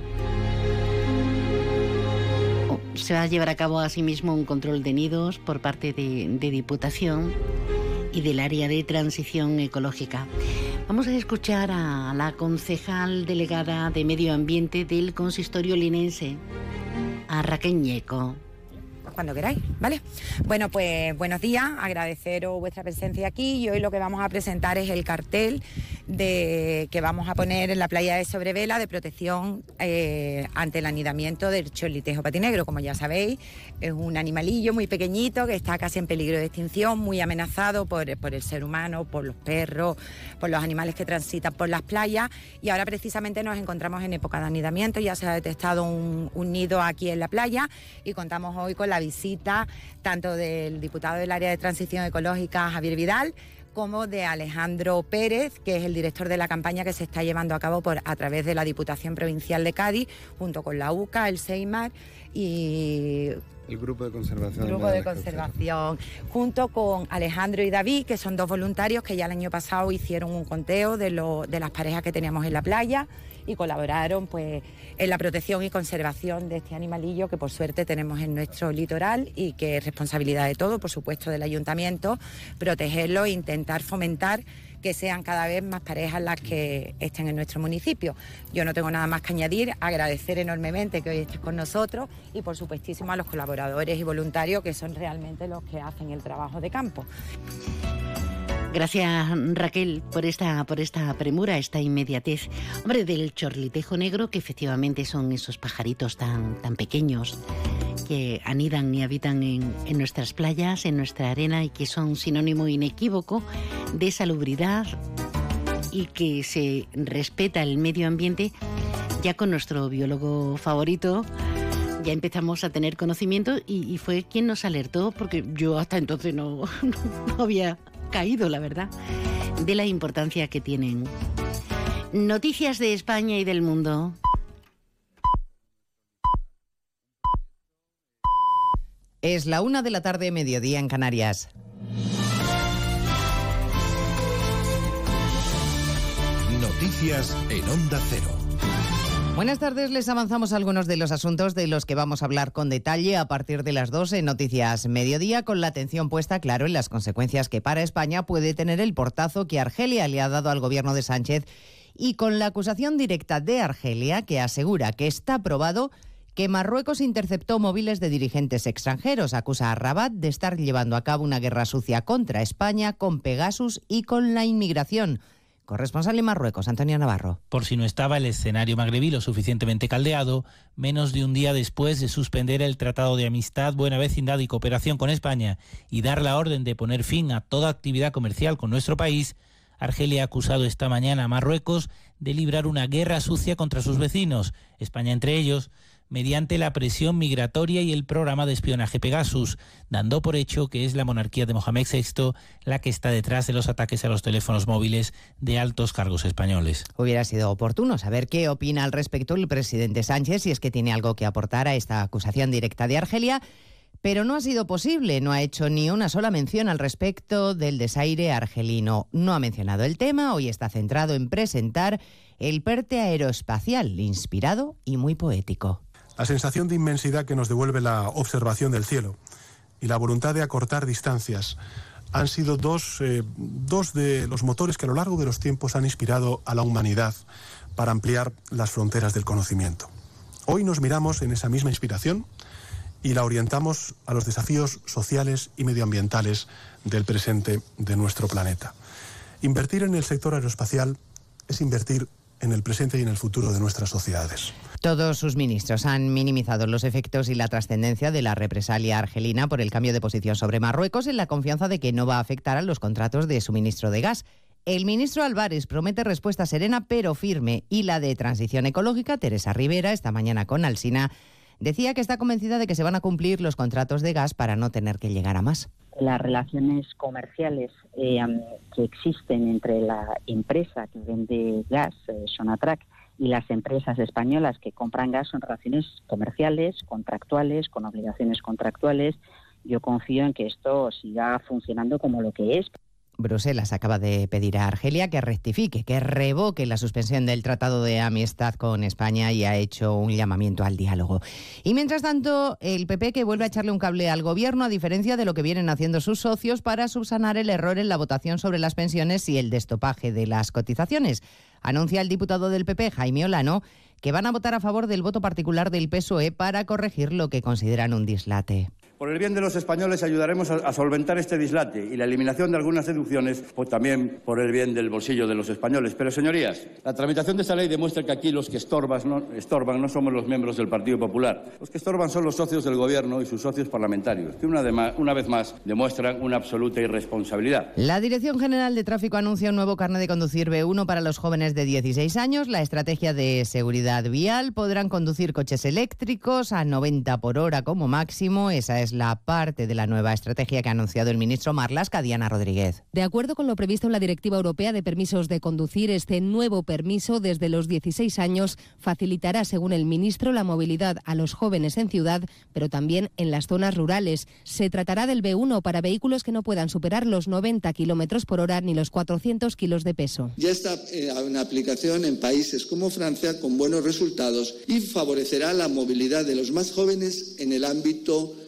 Se va a llevar a cabo asimismo un control de nidos por parte de, de Diputación y del área de transición ecológica. Vamos a escuchar a la concejal delegada de Medio Ambiente del Consistorio Linense, a Raquel Ñeco. Cuando queráis, ¿vale? Bueno, pues buenos días, agradeceros vuestra presencia aquí y hoy lo que vamos a presentar es el cartel de que vamos a poner en la playa de Sobrevela de protección eh, ante el anidamiento del chorlitejo patinegro. Como ya sabéis, es un animalillo muy pequeñito que está casi en peligro de extinción, muy amenazado por, por el ser humano, por los perros, por los animales que transitan por las playas, y ahora precisamente nos encontramos en época de anidamiento. Ya se ha detectado un, un nido aquí en la playa y contamos hoy con la visita tanto del diputado del área de transición ecológica, Javier Vidal, como de Alejandro Pérez, que es el director de la campaña que se está llevando a cabo por, a través de la Diputación Provincial de Cádiz, junto con la U C A, el CEIMAR y el Grupo de Conservación. Grupo de Conservación, junto con Alejandro y David, que son dos voluntarios que ya el año pasado hicieron un conteo de, lo, de las parejas que teníamos en la playa y colaboraron pues en la protección y conservación de este animalillo que por suerte tenemos en nuestro litoral y que es responsabilidad de todo, por supuesto del ayuntamiento, protegerlo e intentar fomentar que sean cada vez más parejas las que estén en nuestro municipio. Yo no tengo nada más que añadir, agradecer enormemente que hoy estés con nosotros y por supuestísimo a los colaboradores y voluntarios que son realmente los que hacen el trabajo de campo. Gracias, Raquel, por esta, por esta premura, esta inmediatez. Hombre, del chorlitejo negro, que efectivamente son esos pajaritos tan, tan pequeños que anidan y habitan en, en nuestras playas, en nuestra arena, y que son sinónimo inequívoco de salubridad y que se respeta el medio ambiente. Ya con nuestro biólogo favorito ya empezamos a tener conocimiento y, y fue quien nos alertó, porque yo hasta entonces no, no, no había caído, la verdad, de la importancia que tienen. Noticias de España y del mundo. Es la una de la tarde, mediodía en Canarias. Noticias en Onda Cero. Buenas tardes, les avanzamos algunos de los asuntos de los que vamos a hablar con detalle a partir de las dos en Noticias Mediodía, con la atención puesta, claro, en las consecuencias que para España puede tener el portazo que Argelia le ha dado al gobierno de Sánchez, y con la acusación directa de Argelia, que asegura que está probado que Marruecos interceptó móviles de dirigentes extranjeros. Acusa a Rabat de estar llevando a cabo una guerra sucia contra España con Pegasus y con la inmigración. Corresponsal en Marruecos, Antonio Navarro. Por si no estaba el escenario magrebí lo suficientemente caldeado, menos de un día después de suspender el Tratado de Amistad, Buena Vecindad y Cooperación con España y dar la orden de poner fin a toda actividad comercial con nuestro país, Argelia ha acusado esta mañana a Marruecos de librar una guerra sucia contra sus vecinos, España entre ellos, mediante la presión migratoria y el programa de espionaje Pegasus, dando por hecho que es la monarquía de Mohamed sexto la que está detrás de los ataques a los teléfonos móviles de altos cargos españoles. Hubiera sido oportuno saber qué opina al respecto el presidente Sánchez, si es que tiene algo que aportar a esta acusación directa de Argelia, pero no ha sido posible, no ha hecho ni una sola mención al respecto del desaire argelino. No ha mencionado el tema, hoy está centrado en presentar el PERTE aeroespacial, inspirado y muy poético. La sensación de inmensidad que nos devuelve la observación del cielo y la voluntad de acortar distancias han sido dos, eh, dos de los motores que a lo largo de los tiempos han inspirado a la humanidad para ampliar las fronteras del conocimiento. Hoy nos miramos en esa misma inspiración y la orientamos a los desafíos sociales y medioambientales del presente de nuestro planeta. Invertir en el sector aeroespacial es invertir en el presente y en el futuro de nuestras sociedades. Todos sus ministros han minimizado los efectos y la trascendencia de la represalia argelina por el cambio de posición sobre Marruecos, en la confianza de que no va a afectar a los contratos de suministro de gas. El ministro Álvarez promete respuesta serena pero firme, y la de Transición Ecológica, Teresa Rivera, esta mañana con Alsina, decía que está convencida de que se van a cumplir los contratos de gas para no tener que llegar a más. Las relaciones comerciales eh, que existen entre la empresa que vende gas, eh, Sonatrach, y las empresas españolas que compran gas son relaciones comerciales, contractuales, con obligaciones contractuales. Yo confío en que esto siga funcionando como lo que es. Bruselas acaba de pedir a Argelia que rectifique, que revoque la suspensión del Tratado de Amistad con España, y ha hecho un llamamiento al diálogo. Y mientras tanto, el P P que vuelve a echarle un cable al gobierno, a diferencia de lo que vienen haciendo sus socios, para subsanar el error en la votación sobre las pensiones y el destopaje de las cotizaciones. Anuncia el diputado del P P, Jaime Olano, que van a votar a favor del voto particular del P S O E para corregir lo que consideran un dislate. Por el bien de los españoles ayudaremos a solventar este dislate y la eliminación de algunas deducciones, pues también por el bien del bolsillo de los españoles. Pero, señorías, la tramitación de esta ley demuestra que aquí los que estorban no, estorban no somos los miembros del Partido Popular. Los que estorban son los socios del Gobierno y sus socios parlamentarios, que una, de ma- una vez más demuestran una absoluta irresponsabilidad. La Dirección General de Tráfico anuncia un nuevo carnet de conducir B uno para los jóvenes de dieciséis años. La estrategia de seguridad vial: podrán conducir coches eléctricos a noventa por hora como máximo. Esa es la parte de la nueva estrategia que ha anunciado el ministro Marlaska. Diana Rodríguez. De acuerdo con lo previsto en la Directiva Europea de Permisos de Conducir, este nuevo permiso desde los dieciséis años facilitará, según el ministro, la movilidad a los jóvenes en ciudad, pero también en las zonas rurales. Se tratará del B uno para vehículos que no puedan superar los noventa kilómetros por hora ni los cuatrocientos kilos de peso. Ya está en aplicación en países como Francia con buenos resultados y favorecerá la movilidad de los más jóvenes en el ámbito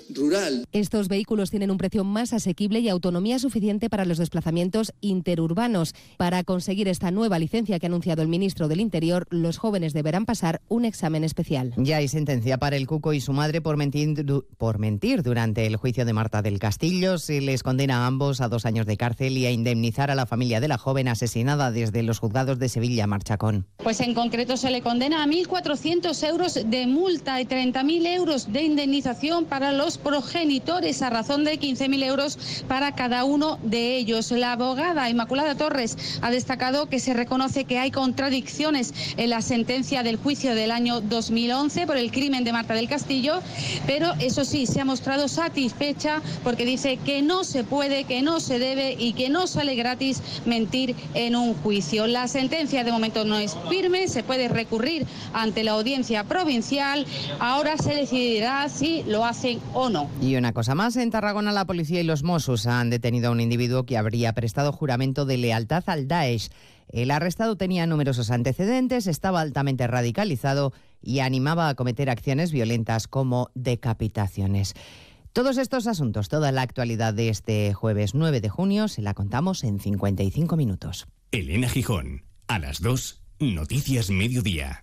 rural. Estos vehículos tienen un precio más asequible y autonomía suficiente para los desplazamientos interurbanos. Para conseguir esta nueva licencia que ha anunciado el ministro del Interior, los jóvenes deberán pasar un examen especial. Ya hay sentencia para el Cuco y su madre por mentir, por mentir durante el juicio de Marta del Castillo. Se les condena a ambos a dos años de cárcel y a indemnizar a la familia de la joven asesinada desde los juzgados de Sevilla Marchacón. Pues en concreto se le condena a mil cuatrocientos euros de multa y treinta mil euros de indemnización para los progenitores, a razón de quince mil euros para cada uno de ellos. La abogada Inmaculada Torres ha destacado que se reconoce que hay contradicciones en la sentencia del juicio del año dos mil once por el crimen de Marta del Castillo, pero eso sí, se ha mostrado satisfecha porque dice que no se puede, que no se debe y que no sale gratis mentir en un juicio. La sentencia de momento no es firme, se puede recurrir ante la audiencia provincial. Ahora se decidirá si lo hacen o no. Y una cosa más, en Tarragona la policía y los Mossos han detenido a un individuo que habría prestado juramento de lealtad al Daesh. El arrestado tenía numerosos antecedentes, estaba altamente radicalizado y animaba a cometer acciones violentas como decapitaciones. Todos estos asuntos, toda la actualidad de este jueves nueve de junio, se la contamos en cincuenta y cinco minutos. Elena Gijón, a las dos, Noticias Mediodía.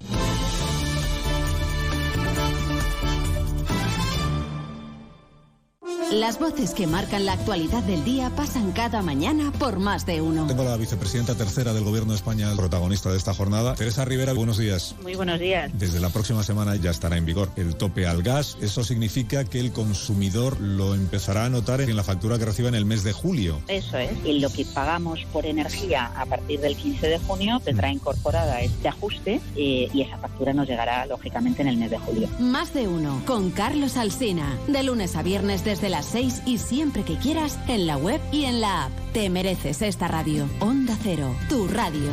Las voces que marcan la actualidad del día pasan cada mañana por Más de Uno. Tengo a la vicepresidenta tercera del Gobierno de España, protagonista de esta jornada. Teresa Rivera, buenos días. Muy buenos días. Desde la próxima semana ya estará en vigor el tope al gas. Eso significa que el consumidor lo empezará a notar en la factura que reciba en el mes de julio. Eso es. Y lo que pagamos por energía a partir del quince de junio tendrá incorporada este ajuste eh, y esa factura nos llegará, lógicamente, en el mes de julio. Más de Uno, con Carlos Alsina. De lunes a viernes desde las seis y siempre que quieras en la web y en la app. Te mereces esta radio. Onda Cero, tu radio.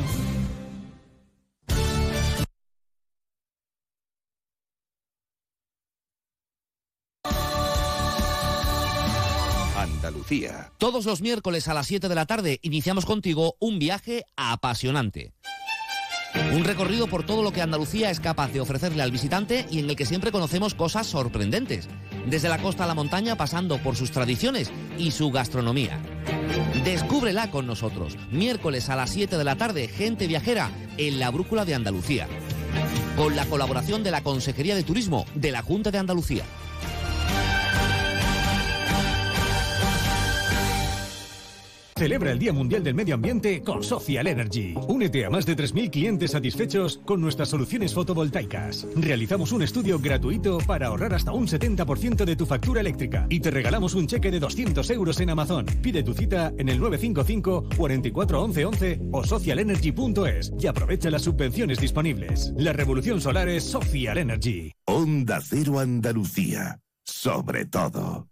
Andalucía. Todos los miércoles a las siete de la tarde iniciamos contigo un viaje apasionante. Un recorrido por todo lo que Andalucía es capaz de ofrecerle al visitante y en el que siempre conocemos cosas sorprendentes, desde la costa a la montaña pasando por sus tradiciones y su gastronomía. Descúbrela con nosotros, miércoles a las siete de la tarde, Gente Viajera, en la Brújula de Andalucía, con la colaboración de la Consejería de Turismo de la Junta de Andalucía. Celebra el Día Mundial del Medio Ambiente con Social Energy. Únete a más de tres mil clientes satisfechos con nuestras soluciones fotovoltaicas. Realizamos un estudio gratuito para ahorrar hasta un setenta por ciento de tu factura eléctrica y te regalamos un cheque de doscientos euros en Amazon. Pide tu cita en el nueve cinco cinco, cuatro cuatro, once once o social energy punto es y aprovecha las subvenciones disponibles. La revolución solar es Social Energy. Onda Cero Andalucía. Sobre todo.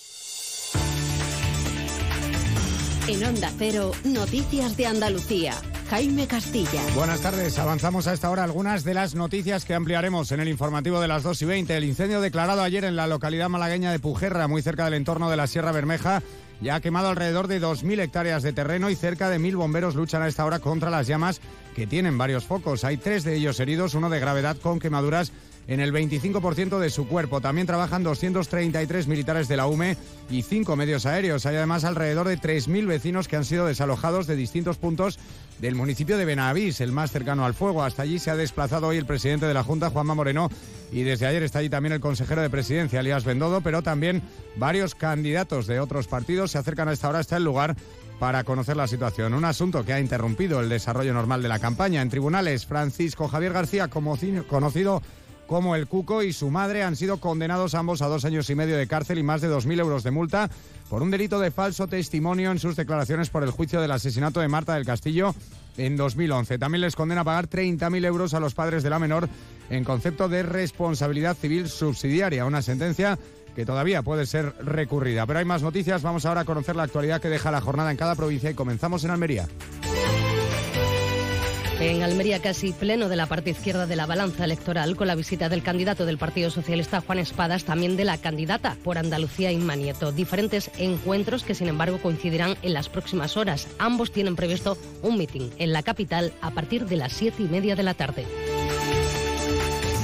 En Onda Cero, Noticias de Andalucía. Jaime Castilla. Buenas tardes. Avanzamos a esta hora algunas de las noticias que ampliaremos en el informativo de las dos y veinte. El incendio declarado ayer en la localidad malagueña de Pujerra, muy cerca del entorno de la Sierra Bermeja, ya ha quemado alrededor de dos mil hectáreas de terreno y cerca de mil bomberos luchan a esta hora contra las llamas que tienen varios focos. Hay tres de ellos heridos, uno de gravedad con quemaduras en el veinticinco por ciento de su cuerpo. También trabajan doscientos treinta y tres militares de la U M E y cinco medios aéreos. Hay además alrededor de tres mil vecinos que han sido desalojados de distintos puntos del municipio de Benavís, el más cercano al fuego. Hasta allí se ha desplazado hoy el presidente de la Junta, Juanma Moreno, y desde ayer está allí también el consejero de Presidencia, Elías Bendodo, pero también varios candidatos de otros partidos se acercan a esta hora hasta el lugar para conocer la situación. Un asunto que ha interrumpido el desarrollo normal de la campaña. En tribunales, Francisco Javier García, como conocido como el Cuco, y su madre han sido condenados ambos a dos años y medio de cárcel y más de dos mil euros de multa por un delito de falso testimonio en sus declaraciones por el juicio del asesinato de Marta del Castillo en dos mil once. También les condena a pagar treinta mil euros a los padres de la menor en concepto de responsabilidad civil subsidiaria, una sentencia que todavía puede ser recurrida. Pero hay más noticias. Vamos ahora a conocer la actualidad que deja la jornada en cada provincia y comenzamos en Almería. En Almería, casi pleno de la parte izquierda de la balanza electoral, con la visita del candidato del Partido Socialista, Juan Espadas, también de la candidata por Andalucía, Inma Nieto. Diferentes encuentros que, sin embargo, coincidirán en las próximas horas. Ambos tienen previsto un mitin en la capital a partir de las siete y media de la tarde.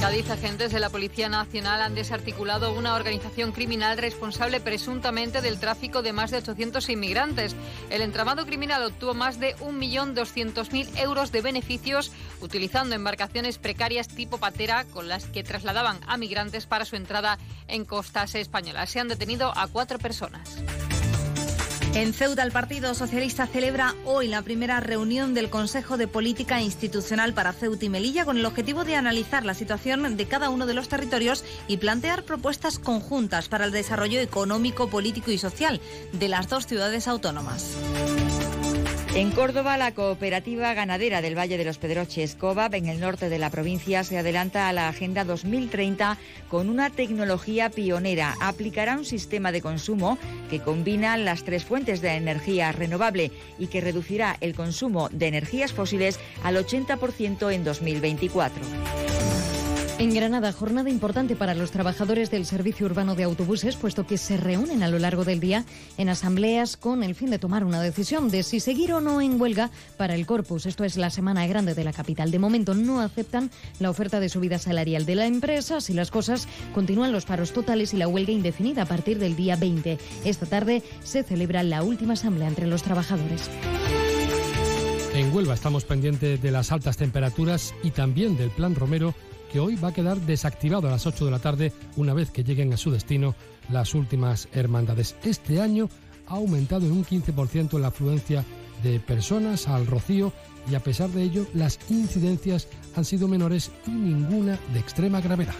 Cádiz, agentes de la Policía Nacional han desarticulado una organización criminal responsable presuntamente del tráfico de más de ochocientos inmigrantes. El entramado criminal obtuvo más de un millón doscientos mil euros de beneficios utilizando embarcaciones precarias tipo patera con las que trasladaban a migrantes para su entrada en costas españolas. Se han detenido a cuatro personas. En Ceuta, el Partido Socialista celebra hoy la primera reunión del Consejo de Política Institucional para Ceuta y Melilla con el objetivo de analizar la situación de cada uno de los territorios y plantear propuestas conjuntas para el desarrollo económico, político y social de las dos ciudades autónomas. En Córdoba, la cooperativa ganadera del Valle de los Pedroches, COVAP, en el norte de la provincia, se adelanta a la Agenda dos mil treinta con una tecnología pionera. Aplicará un sistema de consumo que combina las tres fuentes de energía renovable y que reducirá el consumo de energías fósiles al ochenta por ciento en dos mil veinticuatro. En Granada, jornada importante para los trabajadores del servicio urbano de autobuses, puesto que se reúnen a lo largo del día en asambleas con el fin de tomar una decisión de si seguir o no en huelga para el Corpus. Esto es la semana grande de la capital. De momento no aceptan la oferta de subida salarial de la empresa. Si las cosas continúan, los paros totales y la huelga indefinida a partir del día veinte. Esta tarde se celebra la última asamblea entre los trabajadores. En Huelva estamos pendientes de las altas temperaturas y también del Plan Romero, que hoy va a quedar desactivado a las ocho de la tarde una vez que lleguen a su destino las últimas hermandades. Este año ha aumentado en un quince por ciento la afluencia de personas al Rocío y a pesar de ello las incidencias han sido menores y ninguna de extrema gravedad.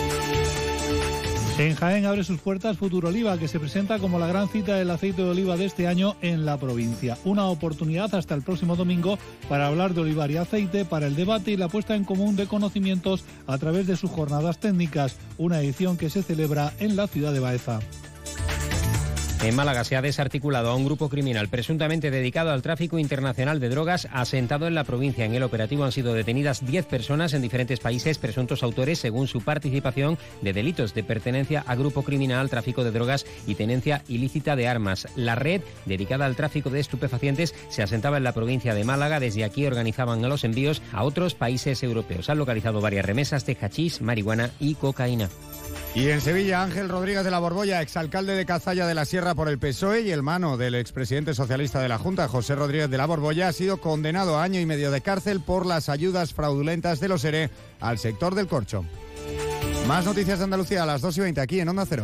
En Jaén abre sus puertas Futuroliva, que se presenta como la gran cita del aceite de oliva de este año en la provincia. Una oportunidad hasta el próximo domingo para hablar de olivar y aceite, para el debate y la puesta en común de conocimientos a través de sus jornadas técnicas, una edición que se celebra en la ciudad de Baeza. En Málaga se ha desarticulado a un grupo criminal presuntamente dedicado al tráfico internacional de drogas asentado en la provincia. En el operativo han sido detenidas diez personas en diferentes países, presuntos autores según su participación de delitos de pertenencia a grupo criminal, tráfico de drogas y tenencia ilícita de armas. La red dedicada al tráfico de estupefacientes se asentaba en la provincia de Málaga. Desde aquí organizaban los envíos a otros países europeos. Han localizado varias remesas de hachís, marihuana y cocaína. Y en Sevilla, Ángel Rodríguez de la Borbolla, exalcalde de Cazalla de la Sierra por el P S O E y hermano del expresidente socialista de la Junta, José Rodríguez de la Borbolla, ha sido condenado a año y medio de cárcel por las ayudas fraudulentas de los ERE al sector del corcho. Más noticias de Andalucía a las dos y veinte aquí en Onda Cero.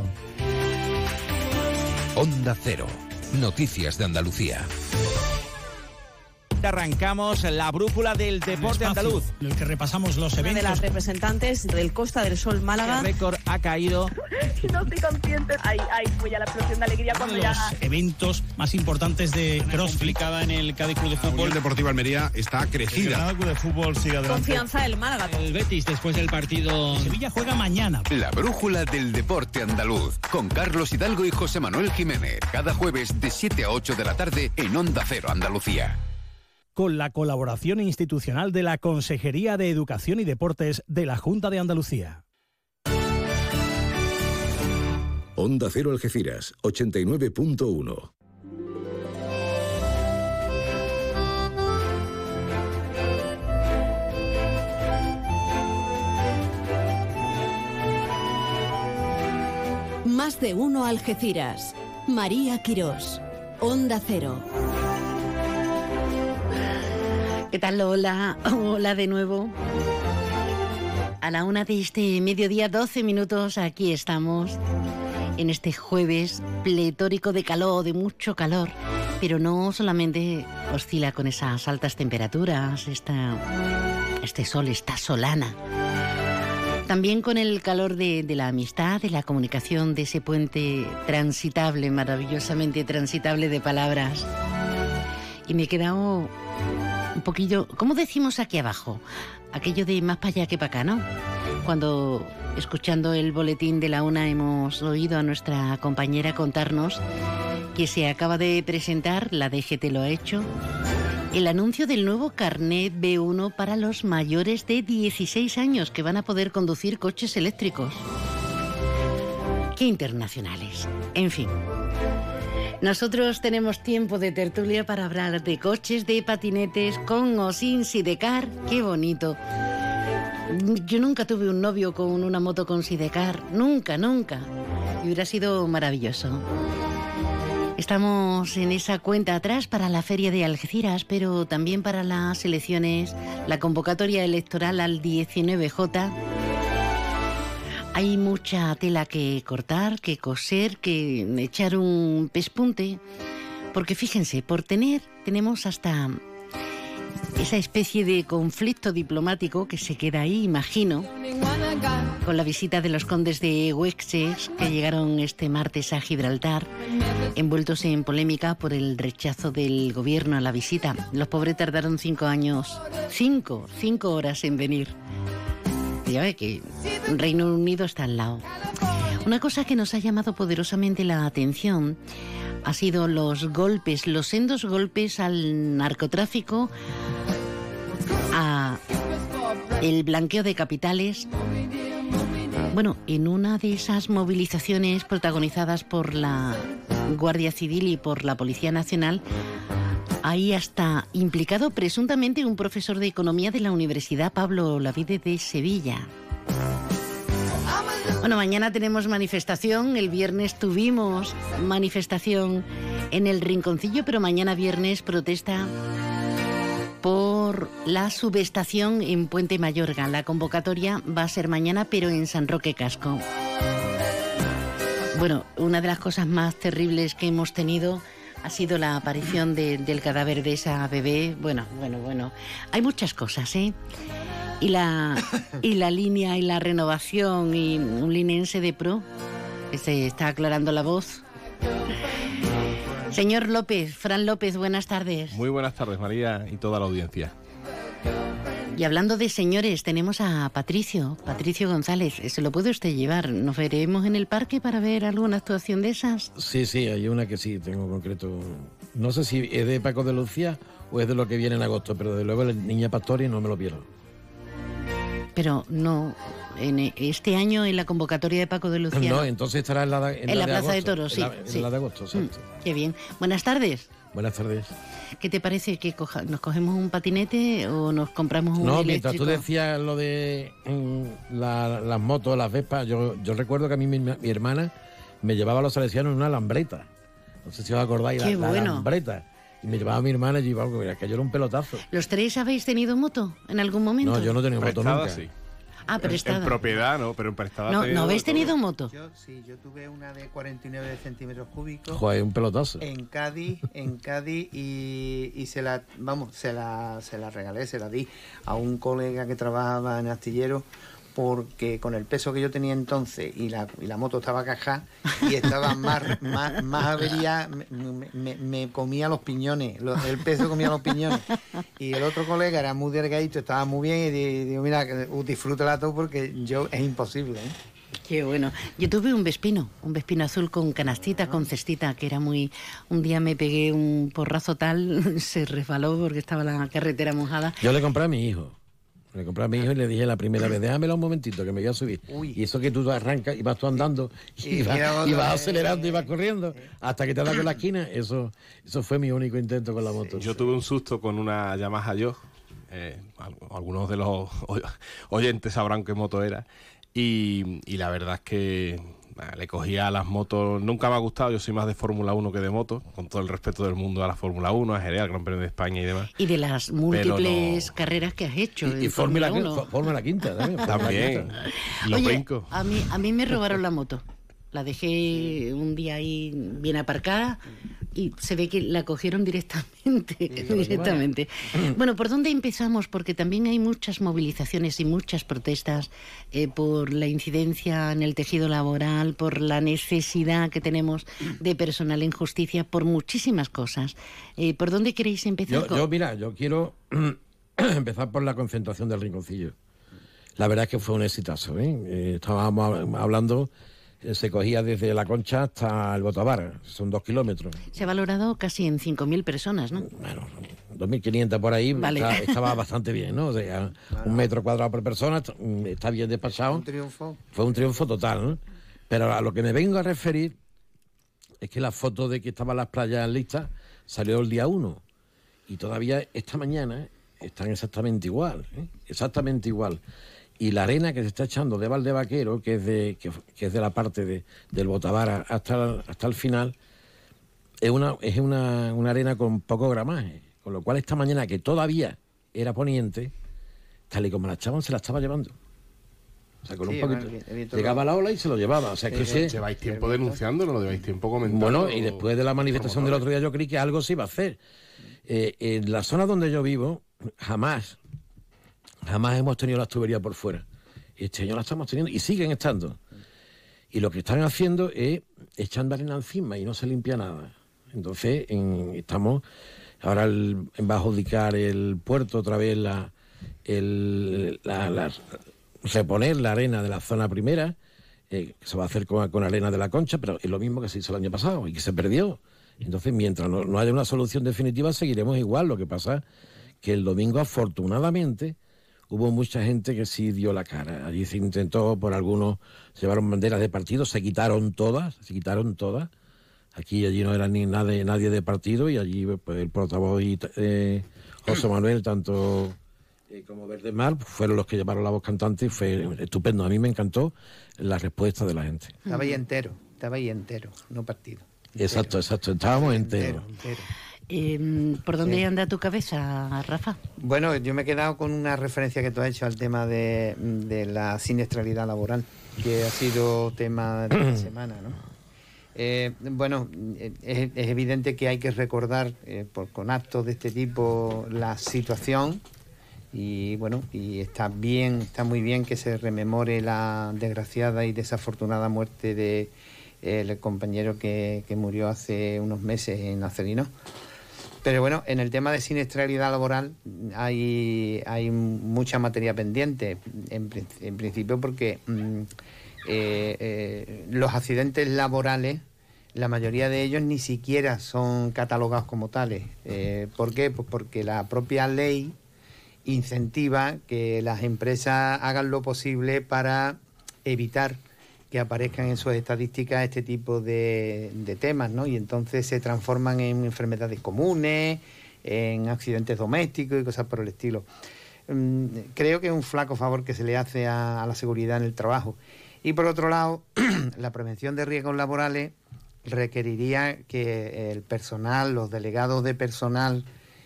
Onda Cero. Noticias de Andalucía. Arrancamos la brújula del deporte andaluz, en el que repasamos los Una eventos. de las representantes del Costa del Sol Málaga. El récord ha caído. No estoy consciente. Ahí, ahí fue ya la explosión de alegría Uno cuando de ya... los eventos más importantes de CrossFit en el Cádiz Club de La Fútbol. Unión Deportiva Almería está crecida. El Granada Club de Fútbol sigue adelante. Confianza del Málaga. El Betis después del partido. Sevilla juega mañana. La brújula del deporte andaluz con Carlos Hidalgo y José Manuel Jiménez. Cada jueves de siete a ocho de la tarde en Onda Cero Andalucía. Con la colaboración institucional de la Consejería de Educación y Deportes de la Junta de Andalucía. Onda Cero Algeciras, ochenta y nueve punto uno. Más de uno Algeciras. María Quirós. Onda Cero. ¿Qué tal? Hola, hola de nuevo. A la una de este mediodía, doce minutos, aquí estamos. En este jueves pletórico de calor, de mucho calor. Pero no solamente oscila con esas altas temperaturas, esta, este sol, esta solana. También con el calor de, de la amistad, de la comunicación, de ese puente transitable, maravillosamente transitable de palabras. Y me he quedado un poquillo, ¿cómo decimos aquí abajo? Aquello de más para allá que para acá, ¿no? Cuando, escuchando el boletín de la una, hemos oído a nuestra compañera contarnos que se acaba de presentar, la D G T lo ha hecho, el anuncio del nuevo carnet B uno para los mayores de dieciséis años que van a poder conducir coches eléctricos. ¡Qué internacionales! En fin. Nosotros tenemos tiempo de tertulia para hablar de coches, de patinetes, con o sin sidecar. ¡Qué bonito! Yo nunca tuve un novio con una moto con sidecar, nunca, nunca. Y hubiera sido maravilloso. Estamos en esa cuenta atrás para la Feria de Algeciras, pero también para las elecciones, la convocatoria electoral al diecinueve J. Hay mucha tela que cortar, que coser, que echar un pespunte, porque fíjense, por tener, tenemos hasta esa especie de conflicto diplomático que se queda ahí, imagino, con la visita de los condes de Wessex que llegaron este martes a Gibraltar, envueltos en polémica por el rechazo del gobierno a la visita. Los pobres tardaron cinco años, cinco, cinco horas en venir. Ya ve que Reino Unido está al lado. Una cosa que nos ha llamado poderosamente la atención ha sido los golpes, los sendos golpes al narcotráfico, a el blanqueo de capitales. Bueno, en una de esas movilizaciones protagonizadas por la Guardia Civil y por la Policía Nacional, ahí hasta implicado presuntamente un profesor de economía de la Universidad Pablo Olavide de Sevilla. Bueno, mañana tenemos manifestación, el viernes tuvimos manifestación en el Rinconcillo, pero mañana viernes protesta por la subestación en Puente Mayorga. La convocatoria va a ser mañana, pero en San Roque Casco. Bueno, una de las cosas más terribles que hemos tenido ha sido la aparición de, del cadáver de esa bebé. Bueno, bueno, bueno. Hay muchas cosas, ¿eh? Y la, y la línea y la renovación y un linense de pro que se está aclarando la voz. Señor López, Fran López, buenas tardes. Muy buenas tardes, María, y toda la audiencia. Y hablando de señores, tenemos a Patricio, Patricio González. ¿Se lo puede usted llevar? ¿Nos veremos en el parque para ver alguna actuación de esas? Sí, sí, hay una que sí, tengo concreto. No sé si es de Paco de Lucía o es de lo que viene en agosto, pero desde luego el Niña Pastori no me lo pierdo. Pero no, en este año en la convocatoria de Paco de Lucía. No, entonces estará en la, en en la, la de Plaza agosto, de Toros, sí. En la, sí. en la de agosto, exacto. Mm, qué bien. Buenas tardes. Buenas tardes. ¿Qué te parece que coja, nos cogemos un patinete o nos compramos un no, eléctrico? No, mientras tú decías lo de mm, la, las motos, las Vespas, yo, yo recuerdo que a mí mi, mi hermana me llevaba a los salesianos en una lambreta. No sé si os acordáis, qué la, bueno. la lambreta. Y me llevaba a mi hermana y yo iba, mira, que yo era un pelotazo. ¿Los tres habéis tenido moto en algún momento? No, yo no he tenido moto nunca. Sí. Ah, prestada. En propiedad, ¿no? Pero en prestada. No, ¿no habéis tenido todo. moto? Yo, sí, yo tuve una de cuarenta y nueve centímetros cúbicos. Joder, un pelotazo. En Cádiz, en Cádiz y, y se la, vamos, se la, se la regalé, se la di a un colega que trabajaba en astillero, porque con el peso que yo tenía entonces y la, y la moto estaba cajada y estaba más, más, más avería, me, me, me comía los piñones, lo, el peso comía los piñones. Y el otro colega era muy delgadito, estaba muy bien y digo, mira, disfrútala tú porque yo es imposible, ¿eh? Qué bueno. Yo tuve un Vespino, un Vespino azul con canastita, ah. con cestita, que era muy... Un día me pegué un porrazo tal, se resbaló porque estaba la carretera mojada. Yo le compré a mi hijo. Le compré a mi hijo y le dije la primera vez, déjamelo un momentito que me voy a subir. Uy. Y eso que tú arrancas y vas tú andando y, y, vas, y vas acelerando y vas corriendo hasta que te das con la esquina, eso eso fue mi único intento con la moto. Yo tuve un susto con una Yamaha Yo, eh, algunos de los oyentes sabrán qué moto era, y, y la verdad es que le cogía a las motos, nunca me ha gustado, yo soy más de Fórmula uno que de moto, con todo el respeto del mundo a la Fórmula uno, a Jerez, al Gran Premio de España y demás. Y de las múltiples no... carreras que has hecho. Y, y Fórmula Quinta. Fórmula Quinta también. También. Los Oye, brincos. A mí, a mí me robaron la moto. La dejé un día ahí bien aparcada y se ve que la cogieron directamente. directamente. Bueno, ¿por dónde empezamos? Porque también hay muchas movilizaciones y muchas protestas eh, por la incidencia en el tejido laboral, por la necesidad que tenemos de personal en justicia, por muchísimas cosas. Eh, ¿Por dónde queréis empezar? Yo, yo mira, yo quiero empezar por la concentración del Rinconcillo. La verdad es que fue un exitazo, ¿eh? Eh, estábamos hablando... Se cogía desde La Concha hasta el Botabar, son dos kilómetros. Se ha valorado casi en cinco mil personas, ¿no? Bueno, dos mil quinientas por ahí, vale. está, estaba bastante bien, ¿no? O sea, un metro cuadrado por persona, está bien despachado. Un triunfo. Fue un triunfo total, ¿no? Pero a lo que me vengo a referir es que la foto de que estaban las playas listas salió el día uno. Y todavía esta mañana están exactamente igual, ¿eh? Exactamente igual. y la arena que se está echando de Valdevaquero, que es de, que, que es de la parte de, del Botavara hasta, hasta el final, es una, es una, una arena con poco gramaje, con lo cual esta mañana, que todavía era poniente, tal y como la echaban, se la estaba llevando. O sea, con sí, un poquito. Bueno, el, el llegaba la ola y se lo llevaba. O sea, que se... ¿Lleváis tiempo denunciándolo? ¿No lleváis tiempo comentando? Bueno, y después de la manifestación del otro día yo creí que algo se iba a hacer. Eh, en la zona donde yo vivo, jamás, jamás hemos tenido las tuberías por fuera. Y este año las estamos teniendo y siguen estando. Y lo que están haciendo es echando arena encima y no se limpia nada. Entonces, en, estamos... Ahora el, va a adjudicar el puerto otra vez la... El, la, la reponer la arena de la zona primera, eh, que se va a hacer con, con arena de la Concha, pero es lo mismo que se hizo el año pasado y que se perdió. Entonces, mientras no, no haya una solución definitiva, seguiremos igual. Lo que pasa que el domingo, afortunadamente, hubo mucha gente que sí dio la cara. Allí se intentó, por algunos, llevaron banderas de partido, se quitaron todas, se quitaron todas. Aquí y allí no era ni nadie, nadie de partido, y allí pues, el portavoz y eh, José Manuel, tanto... Eh, como Verde Mar, fueron los que llevaron la voz cantante y fue estupendo. A mí me encantó la respuesta de la gente. Estaba ahí entero, estaba ahí entero, no partido. Entero. Exacto, exacto, estábamos enteros. Entero, entero. Eh, ¿Por dónde sí. anda tu cabeza, Rafa? Bueno, yo me he quedado con una referencia que tú has hecho al tema de, de la siniestralidad laboral, que ha sido tema de la semana, ¿no? Eh, bueno, es, es evidente que hay que recordar eh, por, con actos de este tipo la situación. Y bueno, y está bien, está muy bien que se rememore la desgraciada y desafortunada muerte de el compañero que, que murió hace unos meses en Acerino. Pero bueno, en el tema de siniestralidad laboral hay, hay mucha materia pendiente, en, en principio porque mm, eh, eh, los accidentes laborales, la mayoría de ellos ni siquiera son catalogados como tales. Eh, ¿Por qué? Pues porque la propia ley incentiva que las empresas hagan lo posible para evitar que aparezcan en sus estadísticas este tipo de, de temas, ¿no? Y entonces se transforman en enfermedades comunes, en accidentes domésticos y cosas por el estilo. Um, creo que es un flaco favor que se le hace a, a la seguridad en el trabajo. Y por otro lado, la prevención de riesgos laborales requeriría que el personal, los delegados de personal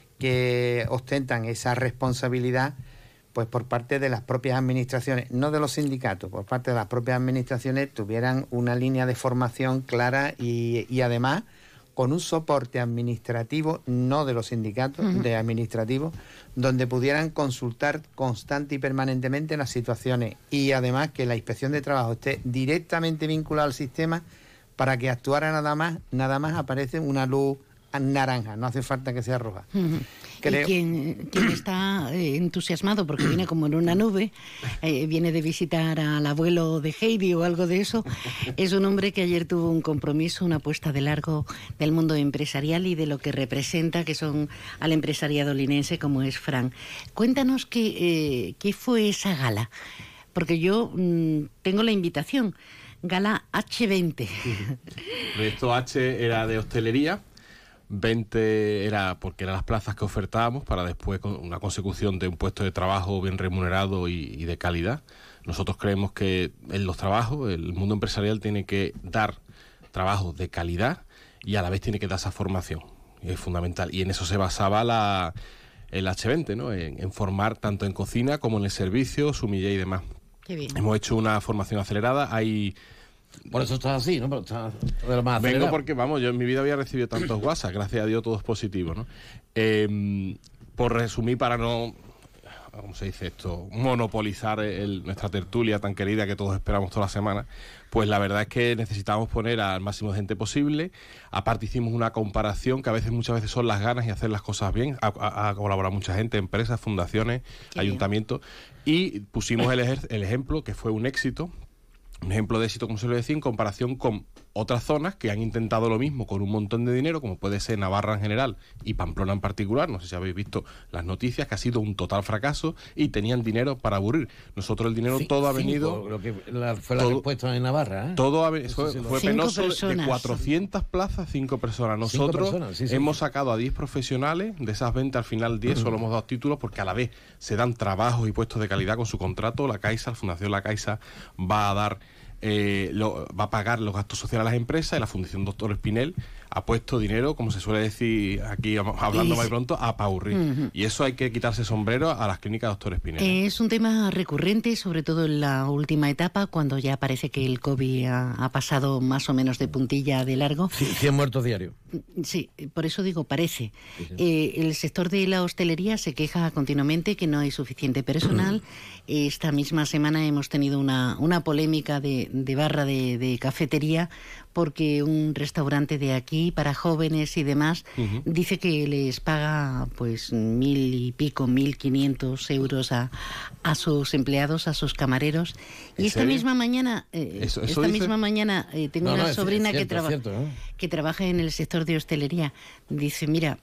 que ostentan esa responsabilidad, pues por parte de las propias administraciones, no de los sindicatos, por parte de las propias administraciones, tuvieran una línea de formación clara y, y además con un soporte administrativo, no de los sindicatos, uh-huh. de administrativos, donde pudieran consultar constante y permanentemente las situaciones, y además que la inspección de trabajo esté directamente vinculada al sistema para que actuara nada más, nada más aparece una luz naranja, no hace falta que sea roja. Uh-huh. Creo... Y quien, quien está eh, entusiasmado porque viene como en una nube, eh, viene de visitar al abuelo de Heidi o algo de eso, es un hombre que ayer tuvo un compromiso, una apuesta de largo del mundo empresarial y de lo que representa, que son al empresariado linense como es Fran. Cuéntanos qué, eh, qué fue esa gala, porque yo mmm, tengo la invitación, gala hache veinte. El proyecto H era de hostelería, veinte era porque eran las plazas que ofertábamos para después una consecución de un puesto de trabajo bien remunerado y, y de calidad. Nosotros creemos que en los trabajos el mundo empresarial tiene que dar trabajo de calidad y a la vez tiene que dar esa formación. Y es fundamental. Y en eso se basaba la, el hache veinte, ¿no? En, en formar tanto en cocina como en el servicio, sumiller y demás. Qué bien. Hemos hecho una formación acelerada. Hay... Por eso estás así, ¿no? Pero estás de lo más Vengo porque, vamos, yo en mi vida había recibido tantos WhatsApp, gracias a Dios todos positivos, ¿no? Eh, por resumir, para no, ¿cómo se dice esto? Monopolizar el, nuestra tertulia tan querida que todos esperamos toda la semana, pues la verdad es que necesitábamos poner al máximo de gente posible. Aparte hicimos una comparación que a veces, muchas veces son las ganas y hacer las cosas bien. Ha, ha, ha colaborado mucha gente, empresas, fundaciones, Qué ayuntamientos, bien. Y pusimos el, el ejemplo que fue un éxito. Un ejemplo de éxito, como se lo decía, en comparación con otras zonas que han intentado lo mismo con un montón de dinero, como puede ser Navarra en general y Pamplona en particular. No sé si habéis visto las noticias, que ha sido un total fracaso y tenían dinero para aburrir. Nosotros el dinero C- todo ha cinco, venido... Lo que la, fue la todo, respuesta en Navarra. ¿eh? Todo ha, eso sí, sí, fue cinco penoso. personas. De cuatrocientas plazas, cinco personas. Nosotros cinco personas, sí, sí. hemos sacado a diez profesionales, de esas veinte al final diez, uh-huh. solo hemos dado títulos porque a la vez se dan trabajos y puestos de calidad con su contrato. La Caixa, la Fundación La Caixa va a dar... Eh, lo, va a pagar los gastos sociales a las empresas, y la Fundación Doctor Espinel ha puesto dinero, como se suele decir aquí hablando más pronto, a paurrir. Uh-huh. Y eso hay que quitarse sombrero a las clínicas Doctor Espinel. Eh, es un tema recurrente, sobre todo en la última etapa, cuando ya parece que el COVID ha, ha pasado más o menos de puntilla de largo. Sí, cien muertos diarios. Sí, por eso digo parece. Sí, sí. Eh, el sector de la hostelería se queja continuamente que no hay suficiente personal. Esta misma semana hemos tenido una, una polémica de, de barra de, de cafetería, porque un restaurante de aquí para jóvenes y demás uh-huh. dice que les paga pues mil y pico, mil quinientos euros a, a sus empleados, a sus camareros. Y esta serio? misma mañana, eh, ¿Eso, eso esta dice? misma mañana eh, tengo no, una no, sobrina es cierto, que, traba- cierto, ¿no? que trabaja en el sector de hostelería. Dice, mira,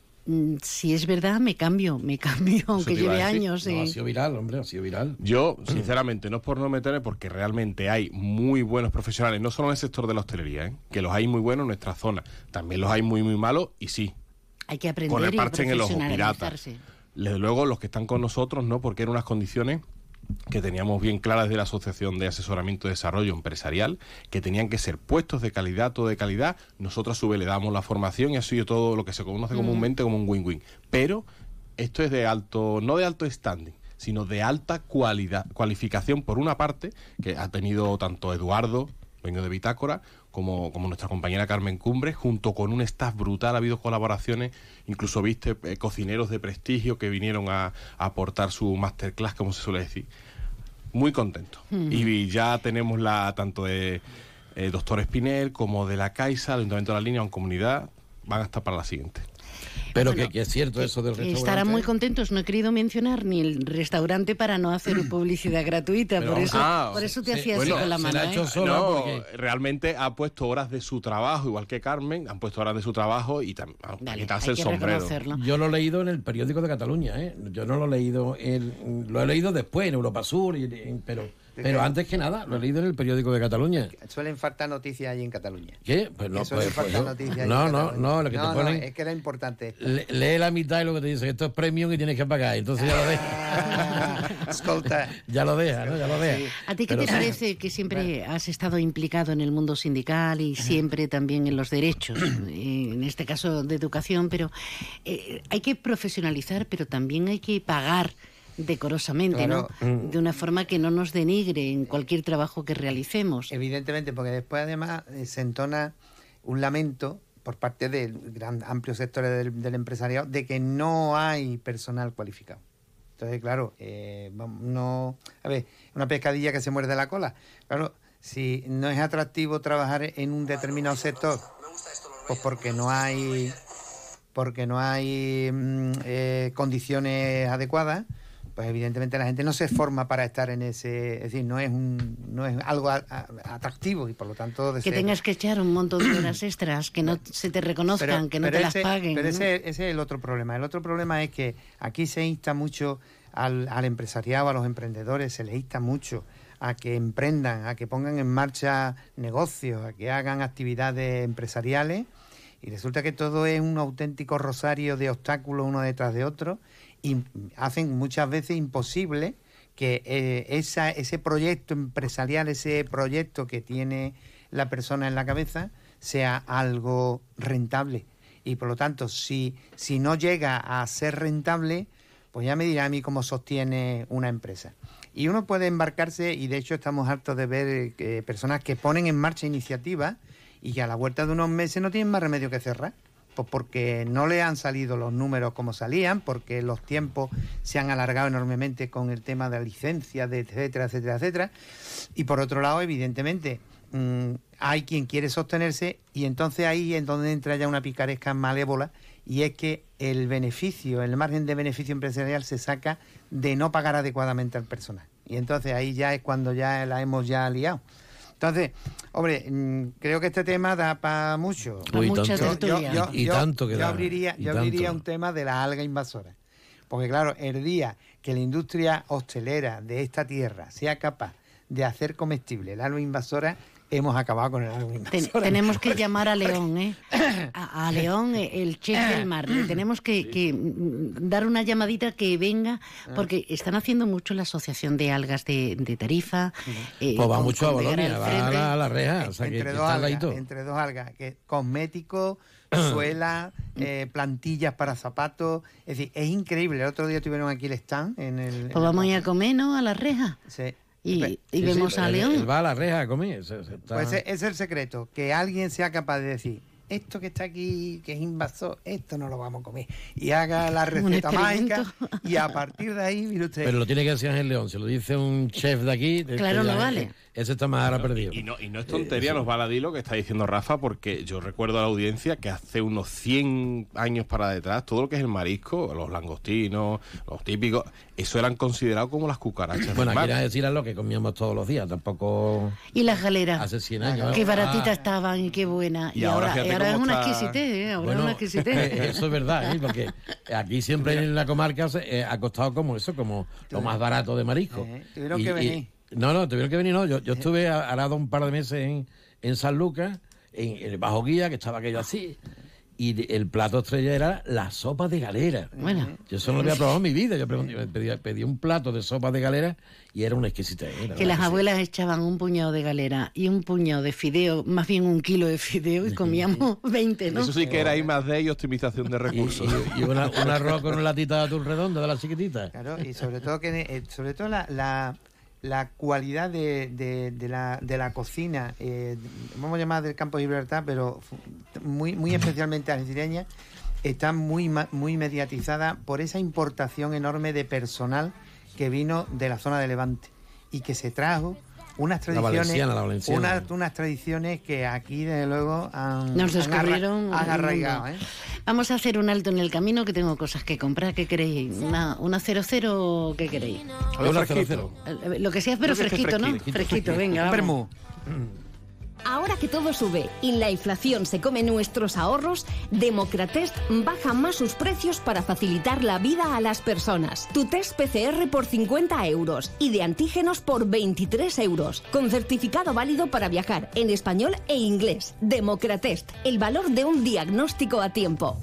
si es verdad, me cambio, me cambio, aunque lleve años. No, eh. ha sido viral, hombre, ha sido viral. Yo, sinceramente, no es por no meterme, porque realmente hay muy buenos profesionales, no solo en el sector de la hostelería, ¿eh? que los hay muy buenos en nuestra zona, también los hay muy, muy malos, y sí, hay que aprender con el parche en el ojo, pirata. Desde luego, los que están con nosotros, no, porque eran unas condiciones que teníamos bien claras de la Asociación de Asesoramiento y Desarrollo Empresarial, que tenían que ser puestos de calidad, todo de calidad. Nosotros a su vez le damos la formación y ha sido todo lo que se conoce comúnmente como un win-win. Pero esto es de alto, no de alto standing, sino de alta cualidad, cualificación por una parte, que ha tenido tanto Eduardo, dueño de Bitácora, como, como nuestra compañera Carmen Cumbres, junto con un staff brutal. Ha habido colaboraciones, incluso viste eh, cocineros de prestigio que vinieron a, a aportar su masterclass, como se suele decir. Muy contento. Mm. Y ya tenemos la tanto de eh, Doctor Espinel como de la Caixa, el Ayuntamiento de la Línea, en comunidad, van a estar para la siguiente. Pero bueno, que, que es cierto eso del restaurante. Estarán muy contentos. No he querido mencionar ni el restaurante para no hacer publicidad gratuita. Pero, por eso ah, por eso te sí, hacía bueno, así con la mano. ¿eh? No, porque... realmente ha puesto horas de su trabajo, igual que Carmen, han puesto horas de su trabajo y tam, Dale, quitarse el sombrero. Yo lo he leído en el periódico de Cataluña, ¿eh? Yo no lo he leído, en, lo he leído después en Europa Sur, y, en, pero... Pero antes que nada, lo he leído en el periódico de Cataluña. Suelen faltar noticias allí en Cataluña. ¿Qué? Pues no, suelen pues, faltar pues, noticias no, allí no, en Cataluña. no, lo que no, te ponen... No, es que era importante. Le, lee la mitad y lo que te dice, esto es premium y tienes que pagar. Entonces ya lo dejas. Escolta. Ya lo dejas, ¿no? Ya lo dejas. Sí. ¿A ti qué Pero, te parece que siempre has estado implicado en el mundo sindical y siempre también en los derechos, en este caso de educación, pero eh, hay que profesionalizar, pero también hay que pagar decorosamente, claro. ¿no? De una forma que no nos denigre en cualquier trabajo que realicemos. Evidentemente, porque después además eh, se entona un lamento por parte del gran amplio sector del, del empresariado de que no hay personal cualificado. Entonces, claro, eh, no, a ver, una pescadilla que se muerde la cola. Claro, si no es atractivo trabajar en un determinado sector, pues porque no hay, porque no hay mm, eh, condiciones adecuadas, pues evidentemente la gente no se forma para estar en ese, es decir, no es un, no es algo a, a, atractivo y por lo tanto que tengas que echar un montón de horas extras, que no se te reconozcan, pero, que no te ese, las paguen. Pero ¿no? ese, ese es el otro problema. El otro problema es que aquí se insta mucho al, al empresariado, a los emprendedores, se les insta mucho a que emprendan, a que pongan en marcha negocios, a que hagan actividades empresariales, y resulta que todo es un auténtico rosario de obstáculos uno detrás de otro, y hacen muchas veces imposible que eh, esa, ese proyecto empresarial, ese proyecto que tiene la persona en la cabeza, sea algo rentable. Y por lo tanto, si, si no llega a ser rentable, pues ya me dirá a mí cómo sostiene una empresa. Y uno puede embarcarse, y de hecho estamos hartos de ver eh, personas que ponen en marcha iniciativas y que a la vuelta de unos meses no tienen más remedio que cerrar. Pues porque no le han salido los números como salían, porque los tiempos se han alargado enormemente con el tema de la licencia, de etcétera, etcétera, etcétera. Y por otro lado, evidentemente, mmm, hay quien quiere sostenerse, y entonces ahí es donde entra ya una picaresca malévola, y es que el beneficio, el margen de beneficio empresarial se saca de no pagar adecuadamente al personal. Y entonces ahí ya es cuando ya la hemos ya liado. Entonces, hombre, creo que este tema da para mucho. Uy, yo, tanto. yo, yo, y, y yo, tanto que yo da. abriría, y yo tanto. abriría un tema de las algas invasoras. Porque claro, el día que la industria hostelera de esta tierra sea capaz de hacer comestible el alga invasora, hemos acabado con el alga invasora. Ten, tenemos que llamar a León, ¿eh? A, a León, el chef del mar. Le tenemos que, que dar una llamadita que venga, porque están haciendo mucho la Asociación de Algas de, de Tarifa. Eh, pues va con, mucho con a Bolonia, va a la, a la reja. O sea, entre, que, dos que algas, entre dos algas, que cosméticos, suela, eh, plantillas para zapatos. Es decir, es increíble. El otro día tuvieron aquí el stand. En el, pues en vamos la... a ir a comer, ¿no? A la reja. Sí. Y, sí, y vemos sí, a León. Él, él va a la reja a comer. Se, se está... Pues ese es el secreto, que alguien sea capaz de decir, esto que está aquí, que es invasor, esto no lo vamos a comer. Y haga la receta mágica y a partir de ahí, mire usted. Pero lo tiene que decir Ángel León, se lo dice un chef de aquí. De claro, este, no vale. Ese está más ahora perdido. Y, y, no, y no es tontería, eh, nos va a la di lo que está diciendo Rafa, porque yo recuerdo a la audiencia que hace unos cien años para detrás, todo lo que es el marisco, los langostinos, los típicos, eso eran considerados como las cucarachas. Bueno, quiero decir a lo que comíamos todos los días, tampoco... Y las galeras. Hace cien años. Qué baratitas ah. estaban y qué buenas. Y, y ahora, ahora, ahora es una está... exquisitez, ¿eh? Ahora bueno, es una exquisitez. Eso es verdad, ¿eh? Porque aquí siempre en la comarca eh, ha costado como eso, como lo más barato de marisco. Eh, tuvieron y, que venir. Y, no, no, tuvieron que venir, no. Yo, yo estuve harado un par de meses en, en San Lucas, en, en el Bajo Guía, que estaba aquello así, y el plato estrella era la sopa de galera. Bueno. Yo eso no lo había probado en mi vida. Yo pregunté, pedí, pedí un plato de sopa de galera y era una exquisitez. ¿eh? Que las abuelas sí. echaban un puñado de galera y un puñado de fideo, más bien un kilo de fideo, y comíamos veinte, ¿no? Eso sí que era I más D y optimización de recursos. Y, y, y una, un arroz con una latita de atún redondo de las chiquititas. Claro, y sobre todo que eh, sobre todo la... la... la cualidad de, de, de, la, de la cocina, eh, vamos a llamar del campo de Gibraltar, pero muy, muy especialmente algecireña, está muy, muy mediatizada por esa importación enorme de personal que vino de la zona de Levante y que se trajo unas tradiciones, la valenciana, la valenciana. Unas, unas tradiciones que aquí desde luego han, nos descubrieron, han arraigado. ¿eh? Vamos a hacer un alto en el camino, que tengo cosas que comprar. ¿Qué queréis? ¿Una, una cero cero? ¿Qué queréis? Una fresquito. Lo que sea, pero fresquito, fresquito, ¿no? Fresquito, fresquito venga, vamos. Ahora que todo sube y la inflación se come nuestros ahorros, Democratest baja más sus precios para facilitar la vida a las personas. Tu test P C R por cincuenta euros y de antígenos por veintitrés euros. Con certificado válido para viajar en español e inglés. Democratest, el valor de un diagnóstico a tiempo.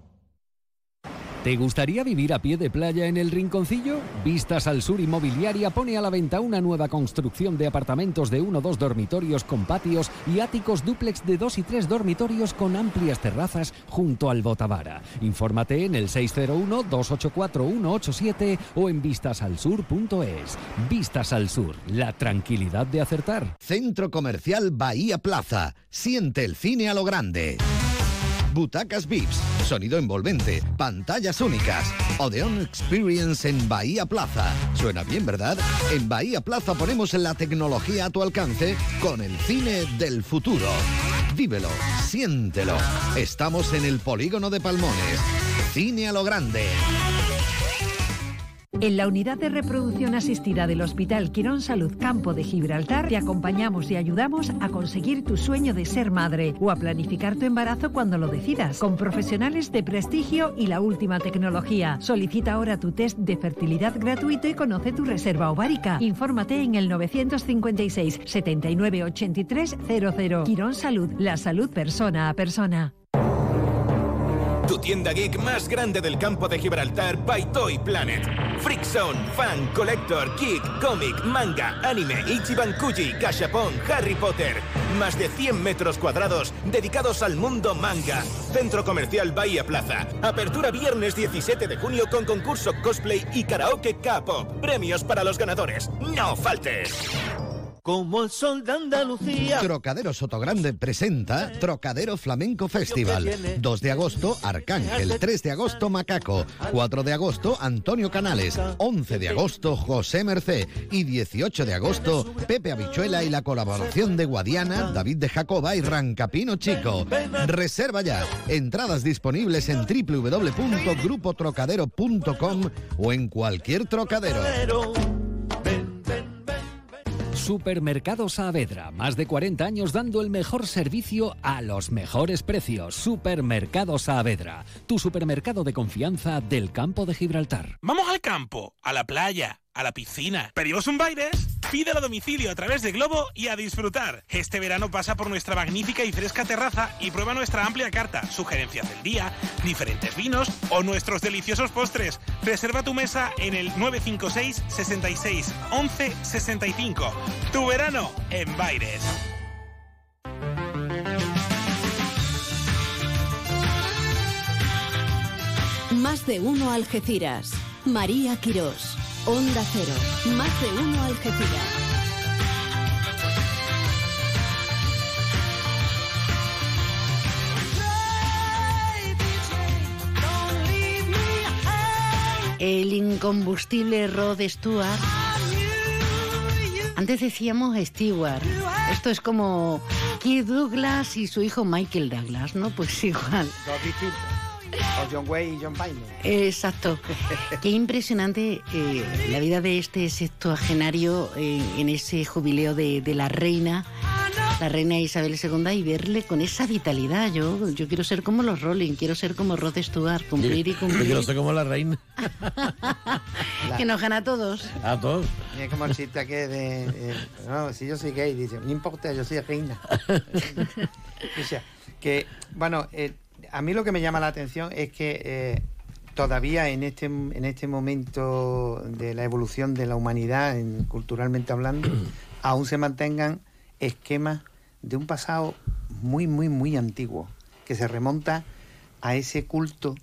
¿Te gustaría vivir a pie de playa en el Rinconcillo? Vistas al Sur Inmobiliaria pone a la venta una nueva construcción de apartamentos de uno o dos dormitorios con patios y áticos dúplex de dos y tres dormitorios con amplias terrazas junto al Botavara. Infórmate en el seis cero uno, dos ocho cuatro, uno ocho siete o en vistasalsur punto es. Vistas al Sur, la tranquilidad de acertar. Centro Comercial Bahía Plaza. Siente el cine a lo grande. Butacas V I Ps, sonido envolvente, pantallas únicas. Odeon Experience en Bahía Plaza. Suena bien, ¿verdad? En Bahía Plaza ponemos la tecnología a tu alcance con el cine del futuro. Vívelo, siéntelo. Estamos en el Polígono de Palmones. Cine a lo grande. En la unidad de reproducción asistida del Hospital Quirón Salud Campo de Gibraltar te acompañamos y ayudamos a conseguir tu sueño de ser madre o a planificar tu embarazo cuando lo decidas, con profesionales de prestigio y la última tecnología. Solicita ahora tu test de fertilidad gratuito y conoce tu reserva ovárica. Infórmate en el novecientos cincuenta y seis, setenta y nueve, ochenta y tres cero cero. Quirón Salud, la salud persona a persona. Tu tienda geek más grande del campo de Gibraltar by Toy Planet. Freakzone, Fan, Collector, Geek, Comic, Manga, Anime, Ichiban Kuji, Gashapon, Harry Potter. Más de cien metros cuadrados dedicados al mundo manga. Centro Comercial Bahía Plaza. Apertura viernes diecisiete de junio con concurso cosplay y karaoke K-pop. Premios para los ganadores. ¡No faltes! Como el sol de Andalucía. Trocadero Sotogrande presenta Trocadero Flamenco Festival. dos de agosto, Arcángel. tres de agosto, Macaco. cuatro de agosto, Antonio Canales. once de agosto, José Mercé. Y dieciocho de agosto, Pepe Habichuela y la colaboración de Guadiana, David de Jacoba y Rancapino Chico. Reserva ya. Entradas disponibles en doble u doble u doble u punto grupo trocadero punto com o en cualquier trocadero. Supermercado Saavedra, más de cuarenta años dando el mejor servicio a los mejores precios. Supermercado Saavedra, tu supermercado de confianza del campo de Gibraltar. Vamos al campo, a la playa, a la piscina. ¿Pedimos un Baires? Pídelo a domicilio a través de Globo y a disfrutar. Este verano pasa por nuestra magnífica y fresca terraza y prueba nuestra amplia carta, sugerencias del día, diferentes vinos o nuestros deliciosos postres. Reserva tu mesa en el nueve cinco seis, sesenta y seis, once, sesenta y cinco. Tu verano en Baires. Más de uno Algeciras. María Quirós. Onda Cero. Más de uno Algeciras. El incombustible Rod Stewart. Antes decíamos Stewart. Esto es como Keith Douglas y su hijo Michael Douglas, ¿no? Pues igual. Dos distintos. O John Wayne y John Payne. Exacto. Qué impresionante eh, la vida de este sextuagenario eh, en ese jubileo de, de la reina, la reina Isabel segunda, y verle con esa vitalidad. Yo, yo quiero ser como los Rolling, quiero ser como Rod Stewart, cumplir y cumplir. Yo quiero ser como la reina. Que nos gana a todos. A todos. Es como el chiste que de, de no, si yo soy gay, dice, no importa, yo soy reina. O sea, que, bueno, eh, a mí lo que me llama la atención es que eh, todavía en este en este momento de la evolución de la humanidad, en, culturalmente hablando, aún se mantengan esquemas de un pasado muy, muy, muy antiguo, que se remonta a ese culto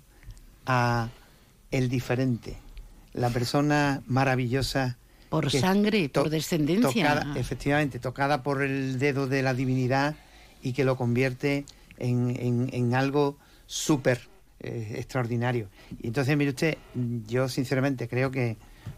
a el diferente, la persona maravillosa. Por sangre, to- por descendencia. Tocada, efectivamente, tocada por el dedo de la divinidad y que lo convierte en, en, en algo súper eh, extraordinario. Y entonces, mire usted, yo sinceramente creo que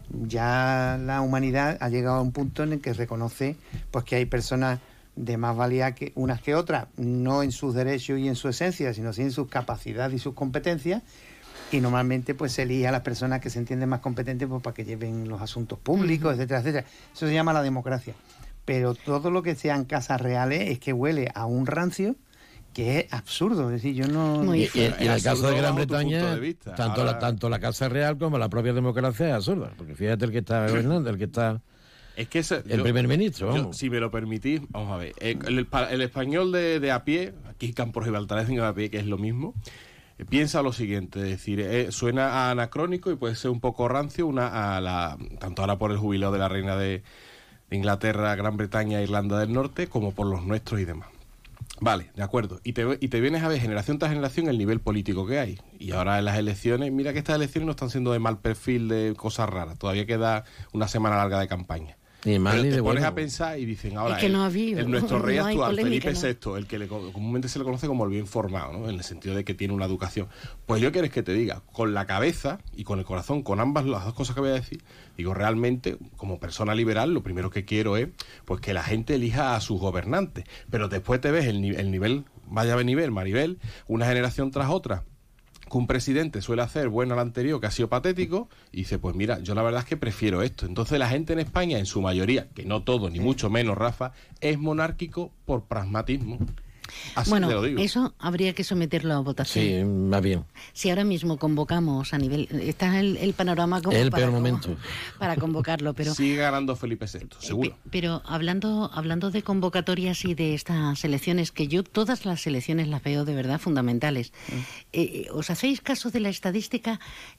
ya la humanidad ha llegado a un punto en el que reconoce pues que hay personas de más valía que unas que otras, no en sus derechos y en su esencia, sino sí en sus capacidades y sus competencias. Y normalmente pues se elige a las personas que se entienden más competentes pues, para que lleven los asuntos públicos, uh-huh. etcétera, etcétera. Eso se llama la democracia. Pero todo lo que sean casas reales es que huele a un rancio que es absurdo. Es decir, yo no... Y, y, y en el caso de Gran Bretaña, tanto, Ahora... la, tanto la Casa Real como la propia democracia es absurda. Porque fíjate el que está gobernando, el que está... Es que ese, el yo, primer ministro, vamos. Yo, si me lo permitís, vamos a ver. El, el, el español de, de a pie, aquí Campos Gibraltares de a pie, que es lo mismo, eh, piensa lo siguiente, es decir, eh, suena a anacrónico y puede ser un poco rancio, una a la tanto ahora por el jubileo de la reina de, de Inglaterra, Gran Bretaña, Irlanda del Norte, como por los nuestros y demás. Vale, de acuerdo. Y te, y te vienes a ver generación tras generación el nivel político que hay. Y ahora en las elecciones, mira que estas elecciones no están siendo de mal perfil, de cosas raras. Todavía queda una semana larga de campaña. Ni mal, Pero ni te de pones bueno. a pensar y dicen ahora es que el, no ha habido, el nuestro rey no actual, polémica, Felipe no. sexto, el que le, comúnmente se le conoce como el bien formado, ¿no? En el sentido de que tiene una educación. Pues yo quieres que te diga, con la cabeza y con el corazón, con ambas las dos cosas que voy a decir, digo, realmente, como persona liberal, lo primero que quiero es pues que la gente elija a sus gobernantes. Pero después te ves el, el nivel, vaya a nivel, Maribel, una generación tras otra, que un presidente suele hacer bueno al anterior, que ha sido patético, y dice, pues mira, yo la verdad es que prefiero esto. Entonces la gente en España, en su mayoría, que no todo, ni mucho menos, Rafa, es monárquico por pragmatismo. Así bueno, te lo digo. Eso habría que someterlo a votación. Sí, más bien. Si ahora mismo convocamos a nivel... Está el, el panorama como el para, peor como, momento. para convocarlo, pero... Sigue ganando Felipe sexto, seguro. Pero hablando, hablando de convocatorias y de estas elecciones, que yo todas las elecciones las veo de verdad fundamentales. Mm. Eh, ¿Os hacéis caso de la estadística?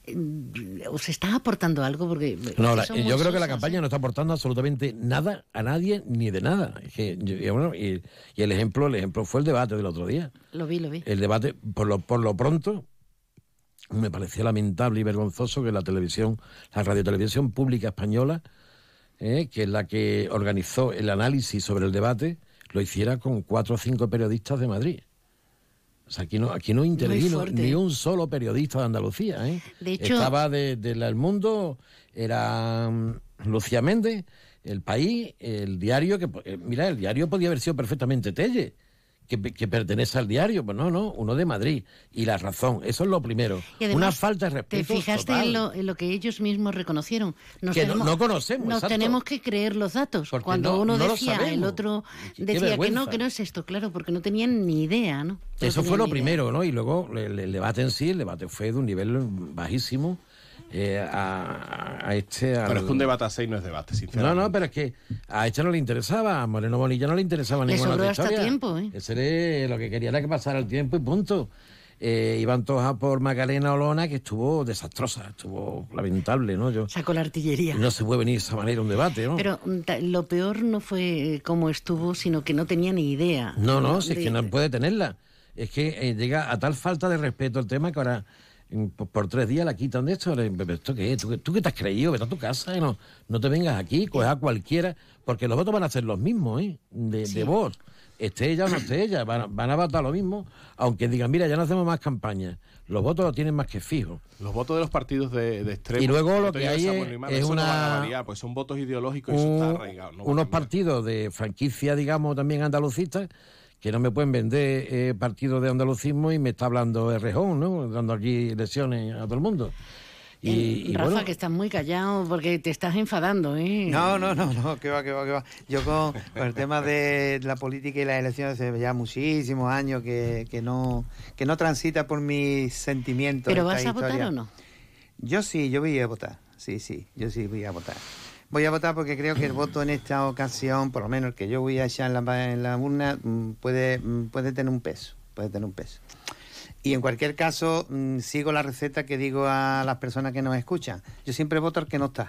¿Os está aportando algo? Porque no, la, yo creo que la campaña no está aportando absolutamente nada a nadie ni de nada. Es que, y, bueno, y, y el ejemplo, el ejemplo fue el debate del otro día. Lo vi, lo vi. El debate, por lo, por lo pronto, me parecía lamentable y vergonzoso que la televisión, la radiotelevisión pública española, eh, que es la que organizó el análisis sobre el debate, lo hiciera con cuatro o cinco periodistas de Madrid. O sea, aquí no, aquí no intervino ni un solo periodista de Andalucía. ¿eh? De hecho, estaba de, de la El Mundo, era um, Lucía Méndez, El País, El Diario, que eh, mira, El Diario podía haber sido perfectamente Telle, que, que pertenece al diario. Pues no, no, uno de Madrid. Y la razón, eso es lo primero. Y además, una falta de respeto ¿te fijaste total. en lo, en lo que ellos mismos reconocieron? Nos que tenemos, no, no conocemos, Nos exacto. tenemos que creer los datos. Porque Cuando no- uno no lo decía, sabemos. el otro Qué decía que vergüenza. no, que no es esto, claro, porque no tenían ni idea, ¿no? No Eso fue tenían lo ni idea. primero, ¿no? Y luego el, el debate en sí, el debate fue de un nivel bajísimo. Eh, a, a este... al- Pero es que un debate a seis no es debate, No, sinceramente. no, pero es que a este no le interesaba, a Moreno Bonilla no le interesaba Le ninguna sobró otra hasta historia. tiempo, ¿eh? Ese era, lo que quería era que pasara el tiempo y punto. Eh, iban todos a por Macarena Olona, que estuvo desastrosa, estuvo lamentable, ¿no? Yo, Sacó la artillería. no se puede venir de esa manera un debate, ¿no? Pero mm, ta- lo peor no fue eh, cómo estuvo, sino que no tenía ni idea. No, no, si es de- que no puede tenerla. Es que eh, llega a tal falta de respeto el tema que ahora mm, por, por tres días la quitan de esto. Le- ¿Pero esto qué es? ¿Tú, qué- ¿Tú qué te has creído? Vete a tu casa y no, no te vengas aquí, coge a cualquiera, porque los votos van a ser los mismos, ¿eh? De, Sí. de voz. Esté ella o no esté ella, van a, van a votar lo mismo, aunque digan, mira, ya no hacemos más campaña. Los votos los tienen más que fijos. Los votos de los partidos de, de extremo. Y luego lo esto que ya hay Samuel es- Neymar, es eso no una- van a variar, pues son votos ideológicos y eso Un- está arraigado. no va a unos cambiar. partidos de franquicia, digamos, también andalucistas, que no me pueden vender eh, partidos de andalucismo y me está hablando de Rejón, ¿no? Dando aquí lesiones a todo el mundo. Y, Eh, y Rafa, bueno, que estás muy callado porque te estás enfadando, ¿eh? No, no, no, no, que va, que va, que va. Yo con, con el tema de la política y las elecciones hace ya muchísimos años que, que no que no transita por mis sentimientos. ¿Pero esta vas a votar historia. o no? Yo sí, yo voy a votar. Sí, sí, yo sí voy a votar. Voy a votar porque creo que el voto en esta ocasión, por lo menos el que yo voy a echar en la, en la urna, mm, puede, mm, puede tener un peso, puede tener un peso. Y en cualquier caso, mm, sigo la receta que digo a las personas que nos escuchan. Yo siempre voto al que no está.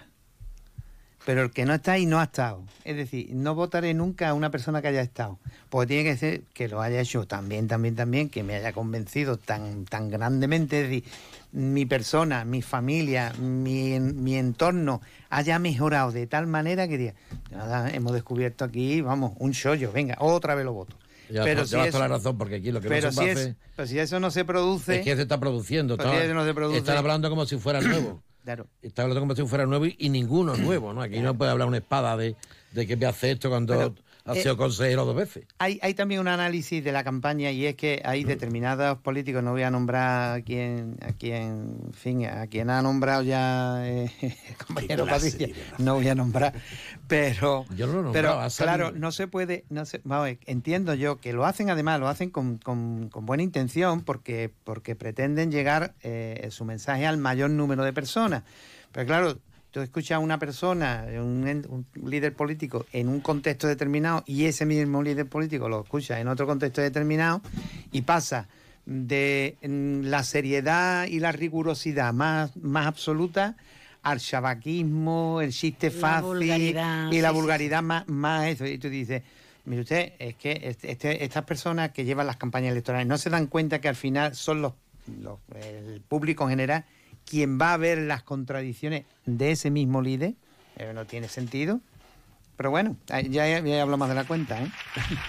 Pero el que no está y no ha estado. Es decir, no votaré nunca a una persona que haya estado. Porque tiene que ser que lo haya hecho también, también, también, que me haya convencido tan, tan grandemente. Es decir, mi persona, mi familia, mi, mi entorno haya mejorado de tal manera que diga, nada, hemos descubierto aquí, vamos, un chollo, venga, otra vez lo voto. ya, pero ya si vas eso- toda la razón, porque aquí lo que pero no se si, puede es, hacer pero si eso no se produce... es que se está produciendo. Pues está- eso no se produce. Están hablando como si fuera nuevo. Claro. Está hablando como si fuera nuevo y, y ninguno es nuevo, ¿no? Aquí no puede hablar una espada de, de que me hace esto cuando Pero, ha eh, sido consejero dos veces. Hay, hay también un análisis de la campaña y es que hay determinados políticos, no voy a nombrar a quien, a quien, en fin, a quien ha nombrado ya eh, el compañero Padilla, no voy a nombrar, pero, Yo no lo he nombrado, pero ha salido. claro, no se puede, no se, vamos, a ver, entiendo yo que lo hacen además, lo hacen con, con, con buena intención porque, porque pretenden llegar eh, su mensaje al mayor número de personas, pero claro, tú escuchas a una persona, un, un líder político en un contexto determinado y ese mismo líder político lo escucha en otro contexto determinado y pasa de mm, la seriedad y la rigurosidad más, más absoluta al chabaquismo, el chiste La fácil vulgaridad, y la sí, sí, vulgaridad más, más eso. Y tú dices, mire usted, es que este, este- estas personas que llevan las campañas electorales no se dan cuenta que al final son los, los el público en general quien va a ver las contradicciones de ese mismo líder. Eh, no tiene sentido. Pero bueno, eh, ya, ya hablo más de la cuenta, ¿eh?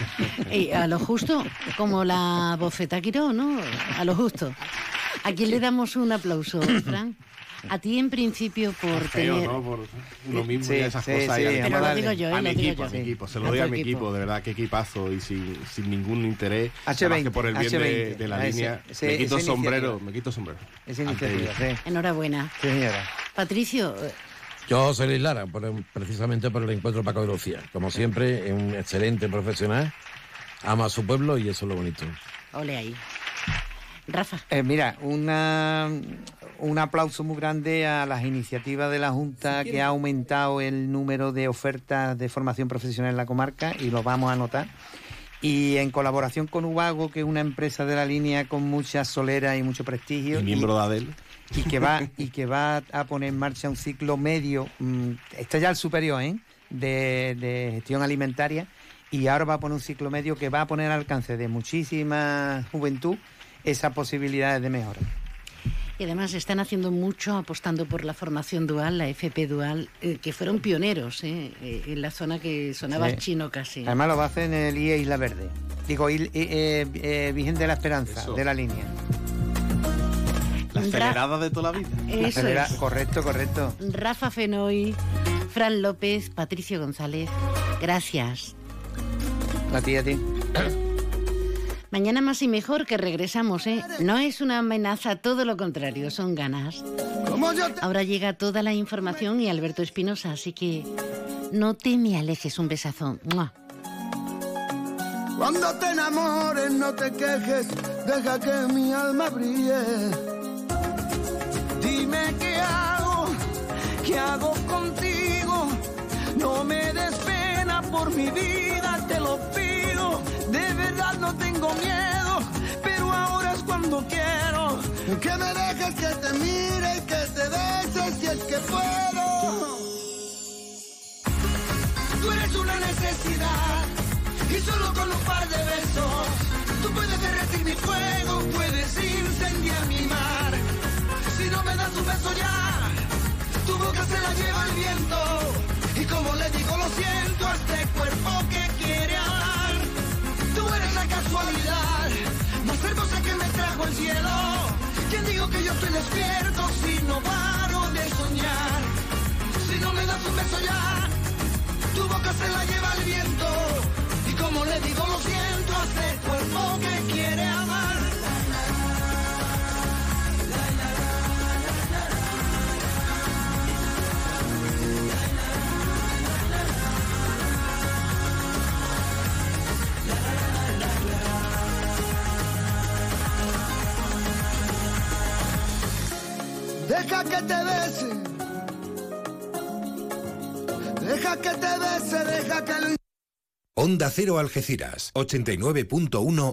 Y a lo justo, como la bofeta Quiró, ¿no? A lo justo. ¿A quién le damos un aplauso, Fran? A ti en principio por Feo, tener... ¿no? Por uno mismo Sí, y esas sí, cosas. sí, y al- Pero lo vale. digo yo, a ¿eh? mi Lo digo equipo, a yo. mi equipo, se lo A doy tu a mi equipo, de verdad, qué equipazo y sin, sin ningún interés, H nada más veinte, que por el bien H de, veinte, de la a ese- línea. ese- me quito esa sombrero, iniciativa. me quito sombrero. Esa ante iniciativa, ello. sí. Enhorabuena. Sí, señora. Patricio, eh, Yo, José Luis Lara, por- precisamente por el encuentro Paco de Lucía. Como siempre, es un excelente profesional, ama a su pueblo y eso es lo bonito. ole ahí. Rafa. Eh, mira, una, un aplauso muy grande a las iniciativas de la Junta que ha aumentado el número de ofertas de formación profesional en la comarca y lo vamos a notar. Y en colaboración con Ubago, que es una empresa de la línea con mucha solera y mucho prestigio. Y miembro de Adel. Y que va y que va a poner en marcha un ciclo medio, mmm, está ya el superior, ¿eh? de, de gestión alimentaria, y ahora va a poner un ciclo medio que va a poner al alcance de muchísima juventud esas posibilidades de mejora. Y además están haciendo mucho apostando por la formación dual, la F P dual, eh, que fueron pioneros eh, eh, en la zona que sonaba Sí. chino casi. Además lo va a hacer en el I E Isla Verde. Digo, I- eh, eh, Virgen de la Esperanza, Eso. de la línea. La acelerada de toda la vida. Eso Acelera- es. Correcto, correcto. Rafa Fenoy, Fran López, Patricio González, gracias. A ti, a ti. Mañana más y mejor, que regresamos, ¿eh? No es una amenaza, todo lo contrario, son ganas. Ahora llega toda la información y Alberto Espinosa, así que no te me alejes. Un besazo. ¡Mua! Cuando te enamores no te quejes, deja que mi alma brille. Dime qué hago, qué hago contigo. No me des pena por mi vida, te lo pido. De verdad no tengo miedo, pero ahora es cuando quiero. Que me dejes que te mire y que te bese si es que puedo. Tú eres una necesidad y solo con un par de besos tú puedes derretir mi fuego, puedes incendiar mi mar. Si no me das un beso ya, tu boca se la lleva el viento. Y como le digo lo siento a este cuerpo que quiere hablar. Tú eres la casualidad más hermosa que me trajo el cielo. ¿Quién dijo que yo estoy despierto si no paro de soñar? Si no me das un beso ya, tu boca se la lleva el viento. Y como le digo lo siento a este cuerpo que quiere amar. Deja que te bese, deja que te bese, deja que lo... Onda Cero Algeciras, ochenta y nueve punto uno